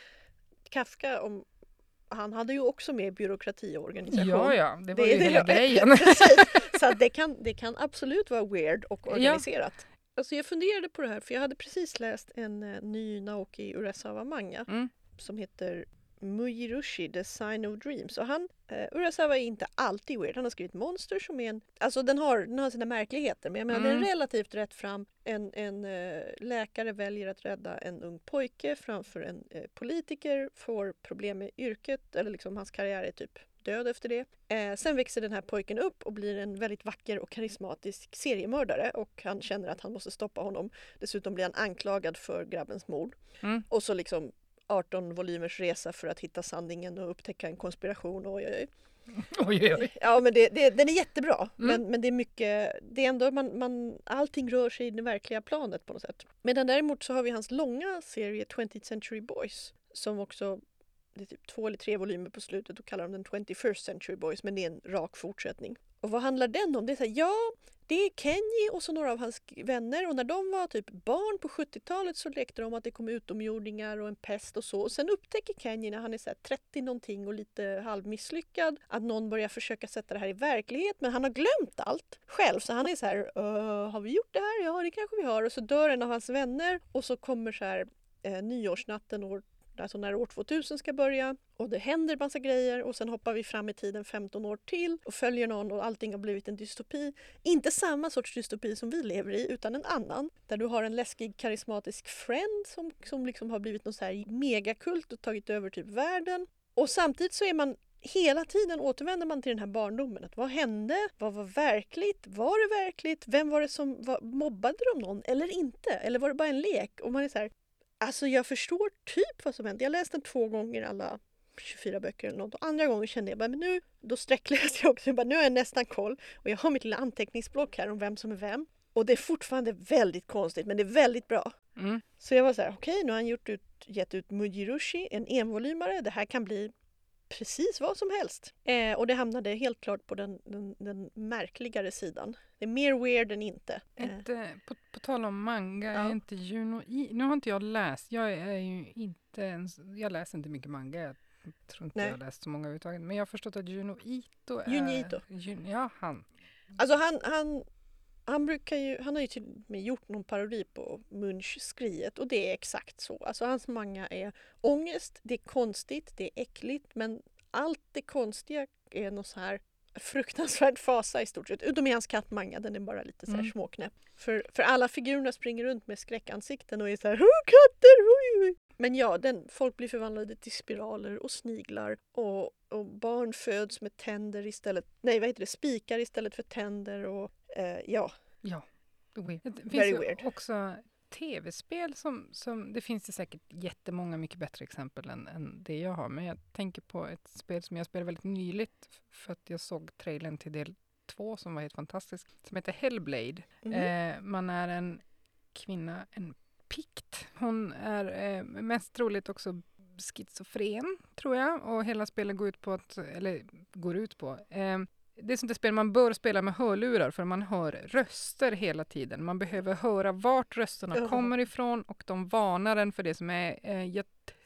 Kafka, om, han hade ju också med byråkrati och organisation. Ja, ja, det var Det ju är det hela jag- grejen. Precis. Så att det, kan, det kan absolut vara weird och Ja. organiserat. Alltså jag funderade på det här för jag hade precis läst en uh, ny Naoki Urasawa manga Mm. som heter Mujirushi, The Sign of Dreams. Och han, uh, Urasawa är inte alltid weird. Han har skrivit Monster som är en, alltså den har, den har sina märkligheter men jag menar Mm. den är relativt rätt fram. En, en uh, läkare väljer att rädda en ung pojke framför en uh, politiker, får problem med yrket eller liksom hans karriär är typ död efter det. Eh, sen växer den här pojken upp och blir en väldigt vacker och karismatisk seriemördare och han känner att han måste stoppa honom. Dessutom blir han anklagad för grabbens mord. Mm. Och så liksom arton volymers resa för att hitta sanningen och upptäcka en konspiration. Oj, oj, oj. Oj, oj, oj. Ja, men det, det, den är jättebra. Mm. Men, men det är mycket, det är ändå man, man, allting rör sig i det verkliga planet på något sätt. Medan däremot så har vi hans långa serie twentieth Century Boys som också, det är typ två eller tre volymer på slutet och kallar de den twenty-first Century Boys, men det är en rak fortsättning. Och vad handlar den om? Det är så här, ja, det är Kenji och så några av hans vänner och när de var typ barn på sjuttiotalet så lekte de att det kom utomjordingar och en pest och så. Och sen upptäcker Kenji när han är så här trettio någonting och lite halvmisslyckad att någon börjar försöka sätta det här i verklighet, men han har glömt allt själv. Så han är så här, "Uh, har vi gjort det här? Ja, det kanske vi har." Och så dör en av hans vänner och så kommer så här eh, nyårsnatten år alltså när år tvåtusen ska börja och det händer massa grejer och sen hoppar vi fram i tiden femton år till och följer någon och allting har blivit en dystopi. Inte samma sorts dystopi som vi lever i utan en annan där du har en läskig karismatisk friend som, som liksom har blivit någon så här megakult och tagit över typ världen och samtidigt så är man hela tiden återvänder man till den här barndomen. Att vad hände? Vad var verkligt? Var det verkligt? Vem var det som var, mobbade de någon eller inte? Eller var det bara en lek? Och man är så här, alltså jag förstår typ vad som hände. Jag läste den två gånger alla tjugofyra böcker eller något. Och andra gången kände jag bara, men nu, då sträckläste jag också. Jag bara, nu har jag nästan koll. Och jag har mitt lilla anteckningsblock här om vem som är vem. Och det är fortfarande väldigt konstigt, men det är väldigt bra. Mm. Så jag var så här, okej, okay, nu har han gjort ut, gett ut Mujirushi, en envolymare. Det här kan bli precis vad som helst. Eh, och det hamnade helt klart på den, den, den märkligare sidan. Det är mer weird än inte. Eh. Inte, på, på tal om manga, Ja. är inte Juno I... Nu har inte jag läst, jag är ju inte ens... Jag läser inte mycket manga, jag tror inte Nej. jag har läst så många överhuvudtaget. Men jag har förstått att Juno Ito är... Junji Ito. Jun, ja, han. Alltså han, han, han brukar ju, han har ju till och med gjort någon parodi på Munch-skriet och det är exakt så. Alltså hans manga är ångest, det är konstigt, det är äckligt, men allt det konstiga är något så här fruktansvärt fasa i stort sett. Utom i hans kattmanga, den är bara lite så här Mm. småknäpp. För, för alla figurerna springer runt med skräckansikten och är så här, åh katter, oj, oj. Men ja, den, folk blir förvandlade till spiraler och sniglar och, och barn föds med tänder istället, nej vad heter det, spikar istället för tänder och eh, ja. Ja, weird. Det finns Very ju weird. också tv-spel som, som... Det finns det säkert jättemånga mycket bättre exempel än, än det jag har. Men jag tänker på ett spel som jag spelade väldigt nyligt för att jag såg trailern till del två som var helt fantastisk. Som heter Hellblade. Mhm. Eh, man är en kvinna, en pikt. Hon är eh, mest troligt också schizofren, tror jag. Och hela spelet går ut på att... Eller går ut på... Eh, det är sånt där spel man bör spela med hörlurar för man hör röster hela tiden. Man behöver höra vart rösterna Ja. kommer ifrån och de varnar en för det som är... Eh, jag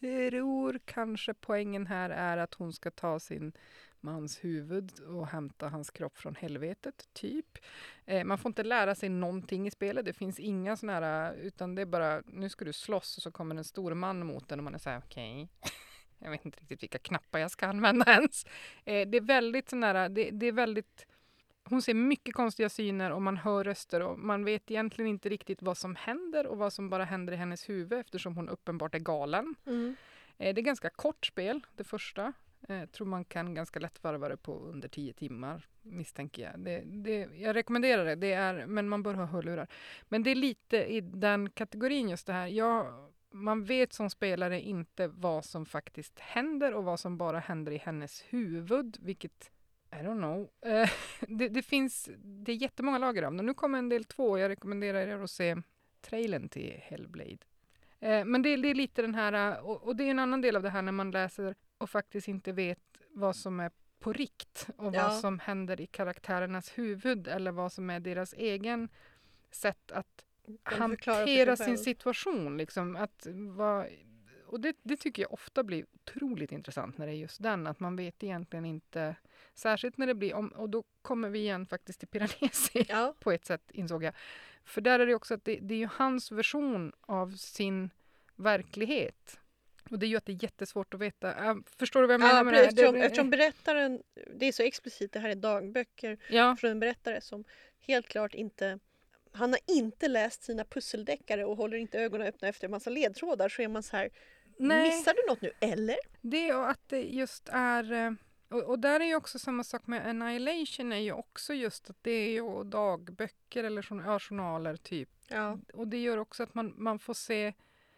tror kanske poängen här är att hon ska ta sin mans huvud och hämta hans kropp från helvetet, typ. Eh, man får inte lära sig någonting i spelet. Det finns inga såna här... Utan det är bara, nu ska du slåss och så kommer en stor man mot den och man är så här, okej... Okay. Jag vet inte riktigt vilka knappar jag ska använda ens. Eh, det är väldigt sån där, det, det är väldigt hon ser mycket konstiga syner och man hör röster och man vet egentligen inte riktigt vad som händer och vad som bara händer i hennes huvud eftersom hon uppenbart är galen. Mm. Eh, det är ganska kort spel, det första. Jag eh, tror man kan ganska lätt varva det på under tio timmar, misstänker jag. Det, det, jag rekommenderar det, det är, men man bör ha hörlurar. Men det är lite i den kategorin just det här. Jag, man vet som spelare inte vad som faktiskt händer och vad som bara händer i hennes huvud, vilket I don't know. Eh, det, det finns det är jättemånga lager av. Nu kommer en del två. Jag rekommenderar er att se trailern till Hellblade. Eh, men det, det är lite den här, och, och det är en annan del av det här när man läser och faktiskt inte vet vad som är på rikt och Ja. vad som händer i karaktärernas huvud eller vad som är deras egen sätt att förklarar för hantera sig sin själv. situation. Liksom, att vad, och det, det tycker jag ofta blir otroligt intressant när det är just den. Att man vet egentligen inte, särskilt när det blir, om, och då kommer vi igen faktiskt till Piranesi Ja. på ett sätt insåg jag. För där är det också att det, det är ju hans version av sin verklighet. Och det gör att det är jättesvårt att veta. Äh, förstår du vad jag menar Ja, med det här? eftersom, Det- eftersom berättaren, det är så explicit, det här är dagböcker Ja, från en berättare som helt klart inte, han har inte läst sina pusseldeckare och håller inte ögonen öppna efter en massa ledtrådar, så är man så här, nej. missar du något nu eller? Det och att det just är, eh, och, och där är ju också samma sak med Annihilation är ju också just att det är ju dagböcker eller journ- ja, journaler typ. Ja, Och det gör också att man, man får se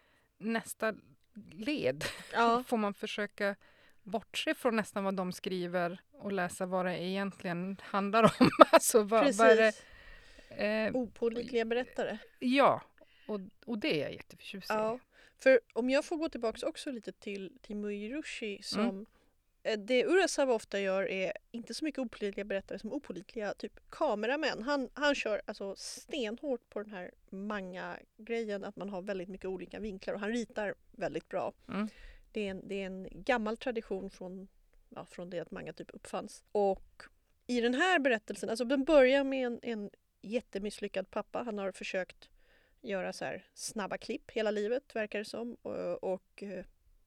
nästa led. ja. Får man försöka bortse från nästan vad de skriver och läsa vad det egentligen handlar om. Alltså vad, Precis. vad är det? Eh, Opålitliga berättare. ja, och, och det är jag jätteförtjust i. Ja, för om jag får gå tillbaka också lite till Timo Hiroshi som Mm. eh, det Urasawa ofta gör är inte så mycket opålitliga berättare som opålitliga typ kameramän. Han, han kör alltså stenhårt på den här manga-grejen att man har väldigt mycket olika vinklar och han ritar väldigt bra. Mm. Det är en, det är en gammal tradition från, ja, från det att manga typ uppfanns. Och i den här berättelsen, alltså den börjar med en, en jättemisslyckad pappa. Han har försökt göra så här snabba klipp hela livet, verkar det som. Och, och eh,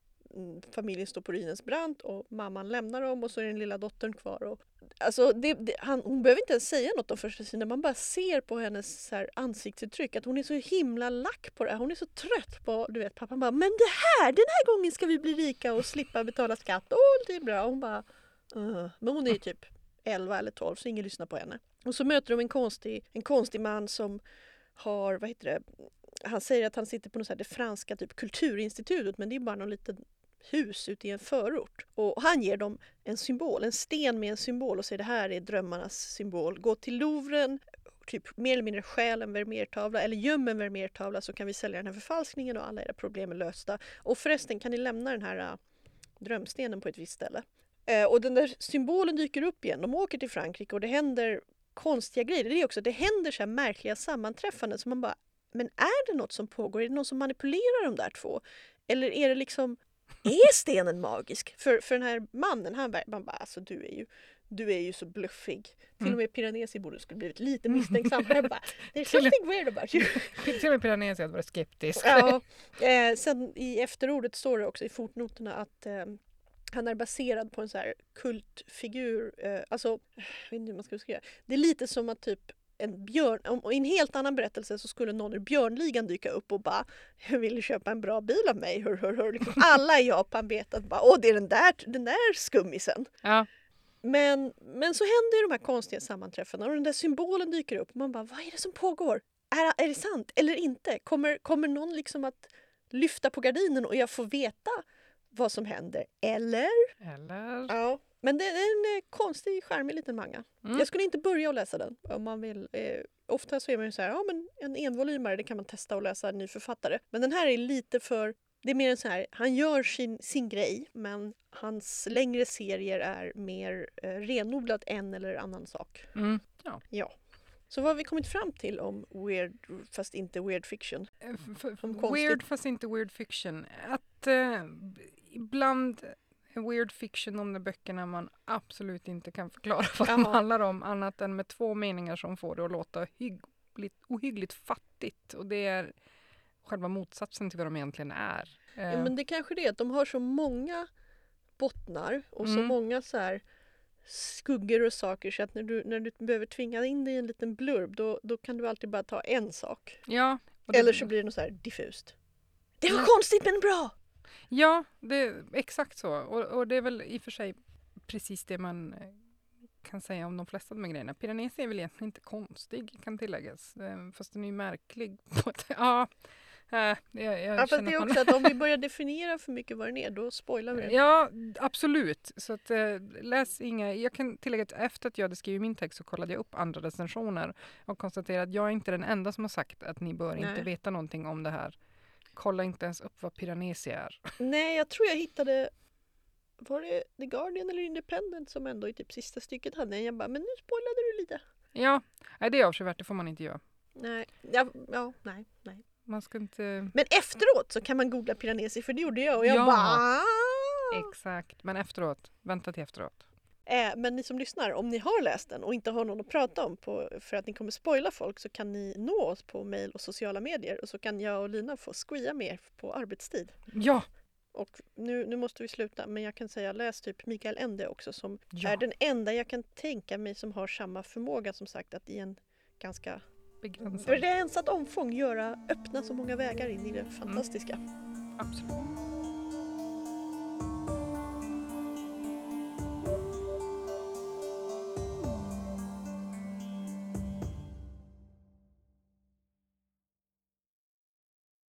familjen står på ruinens brant och mamman lämnar dem och så är den lilla dottern kvar. Och, alltså det, det, han, hon behöver inte ens säga något om första sidan. Man bara ser på hennes så här, ansiktsuttryck att hon är så himla lack på det här. Hon är så trött på, du vet, pappan bara, men det här, den här gången ska vi bli rika och slippa betala skatt. Åh, det är bra. Hon bara, uh. Men hon är ju typ elva eller tolv så ingen lyssnar på henne. Och så möter de en konstig, en konstig man som har, vad heter det, han säger att han sitter på något så här, det franska typ kulturinstitutet, men det är bara någon liten hus ute i en förort. Och han ger dem en symbol, en sten med en symbol och säger det här är drömmarnas symbol. Gå till Louvren, typ mer eller mindre stjäl en Vermeertavla eller göm en Vermeertavla så kan vi sälja den här förfalskningen och alla era problem är lösta. Och förresten kan ni lämna den här uh, drömstenen på ett visst ställe. Uh, och den där symbolen dyker upp igen. De åker till Frankrike och det händer konstiga grejer. Det är också, det händer så här märkliga sammanträffanden som man bara, men är det något som pågår? Är det någon som manipulerar de där två? Eller är det liksom, är stenen magisk? För, för den här mannen, han bara, man bara alltså du är ju, du är ju så bluffig. Till Mm. och med Piranesi borde skulle blivit lite misstänksam. Jag bara, there's Till- something weird about you. Till och med Piranesi hade varit skeptisk. Ja, eh, sen i efterordet står det också i fotnoterna att eh, han är baserad på en så här kultfigur. Eh, alltså, jag vet inte hur man ska beskriva. Det är lite som att typ en björn, om, i en helt annan berättelse så skulle någon ur björnligan dyka upp och bara, jag vill köpa en bra bil av mig. Hör, hör, hör. Liksom, alla i Japan vet att bara, åh, det är den där, den där skummisen. Ja. Men, men så händer ju de här konstiga sammanträffandena och den där symbolen dyker upp och man bara, vad är det som pågår? Är, är det sant eller inte? Kommer, kommer någon liksom att lyfta på gardinen och jag får veta vad som händer? Eller? Eller? Ja. Men det är en eh, konstig, charmig liten manga. Mm. Jag skulle inte börja att läsa den om man vill. Eh, ofta så är man ju så här, ja men en envolymare, det kan man testa och läsa en ny författare. Men den här är lite för, det är mer en så här, han gör sin, sin grej men hans längre serier är mer eh, renodlat en eller annan sak. Mm. Ja. Ja. Så vad har vi kommit fram till om weird, fast inte weird fiction? Eh, f- f- Om konstigt. Weird fast inte weird fiction. Att eh, ibland är weird fiction om de böckerna man absolut inte kan förklara vad de Jaha. handlar om annat än med två meningar som får det att låta hyggligt, ohyggligt fattigt. Och det är själva motsatsen till vad de egentligen är. Eh, Ja, men det kanske det är att de har så många bottnar och så Mm. många så här skuggor och saker så att när du, när du behöver tvinga in dig i en liten blurb då, då kan du alltid bara ta en sak. Ja. och det- Eller så blir det något så här diffust. Det var Ja. konstigt men bra! Ja, det är exakt så. Och, och det är väl i och för sig precis det man eh, kan säga om de flesta av de här grejerna. Piranesi är väl egentligen inte konstig, kan tilläggas. Eh, Fast den är ju märklig på ett... Ja, äh, jag, jag Ja, fast känner det är att också man... att om vi börjar definiera för mycket vad den är, då spoilar vi det. Ja, absolut. Så att, eh, läs inga... Jag kan tillägga att efter att jag hade skrivit min text så kollade jag upp andra recensioner och konstaterade att jag är inte den enda som har sagt att ni bör Nej. inte veta någonting om det här. Kolla inte ens upp vad Piranesi är. Nej, jag tror jag hittade... Var det The Guardian eller Independent som ändå i typ sista stycket hade en? Jag bara, men nu spoilade du lite. Ja, nej, det är avskyvärt. Det får man inte göra. Nej, ja, ja nej, nej. Man ska inte... Men efteråt så kan man googla Piranesi, för det gjorde jag och jag Ja. bara... "Ah!" Exakt. Men efteråt. Vänta till efteråt. Eh, men ni som lyssnar, om ni har läst den och inte har någon att prata om på, för att ni kommer spoila folk, så kan ni nå oss på mejl och sociala medier och så kan jag och Lina få squeeza med er på arbetstid. Ja! Och nu, nu måste vi sluta, men jag kan säga läs typ Mikael Ende också som Ja. är den enda jag kan tänka mig som har samma förmåga som sagt att i en ganska Begränsad. begränsat omfång göra, öppna så många vägar in i det fantastiska. Absolut.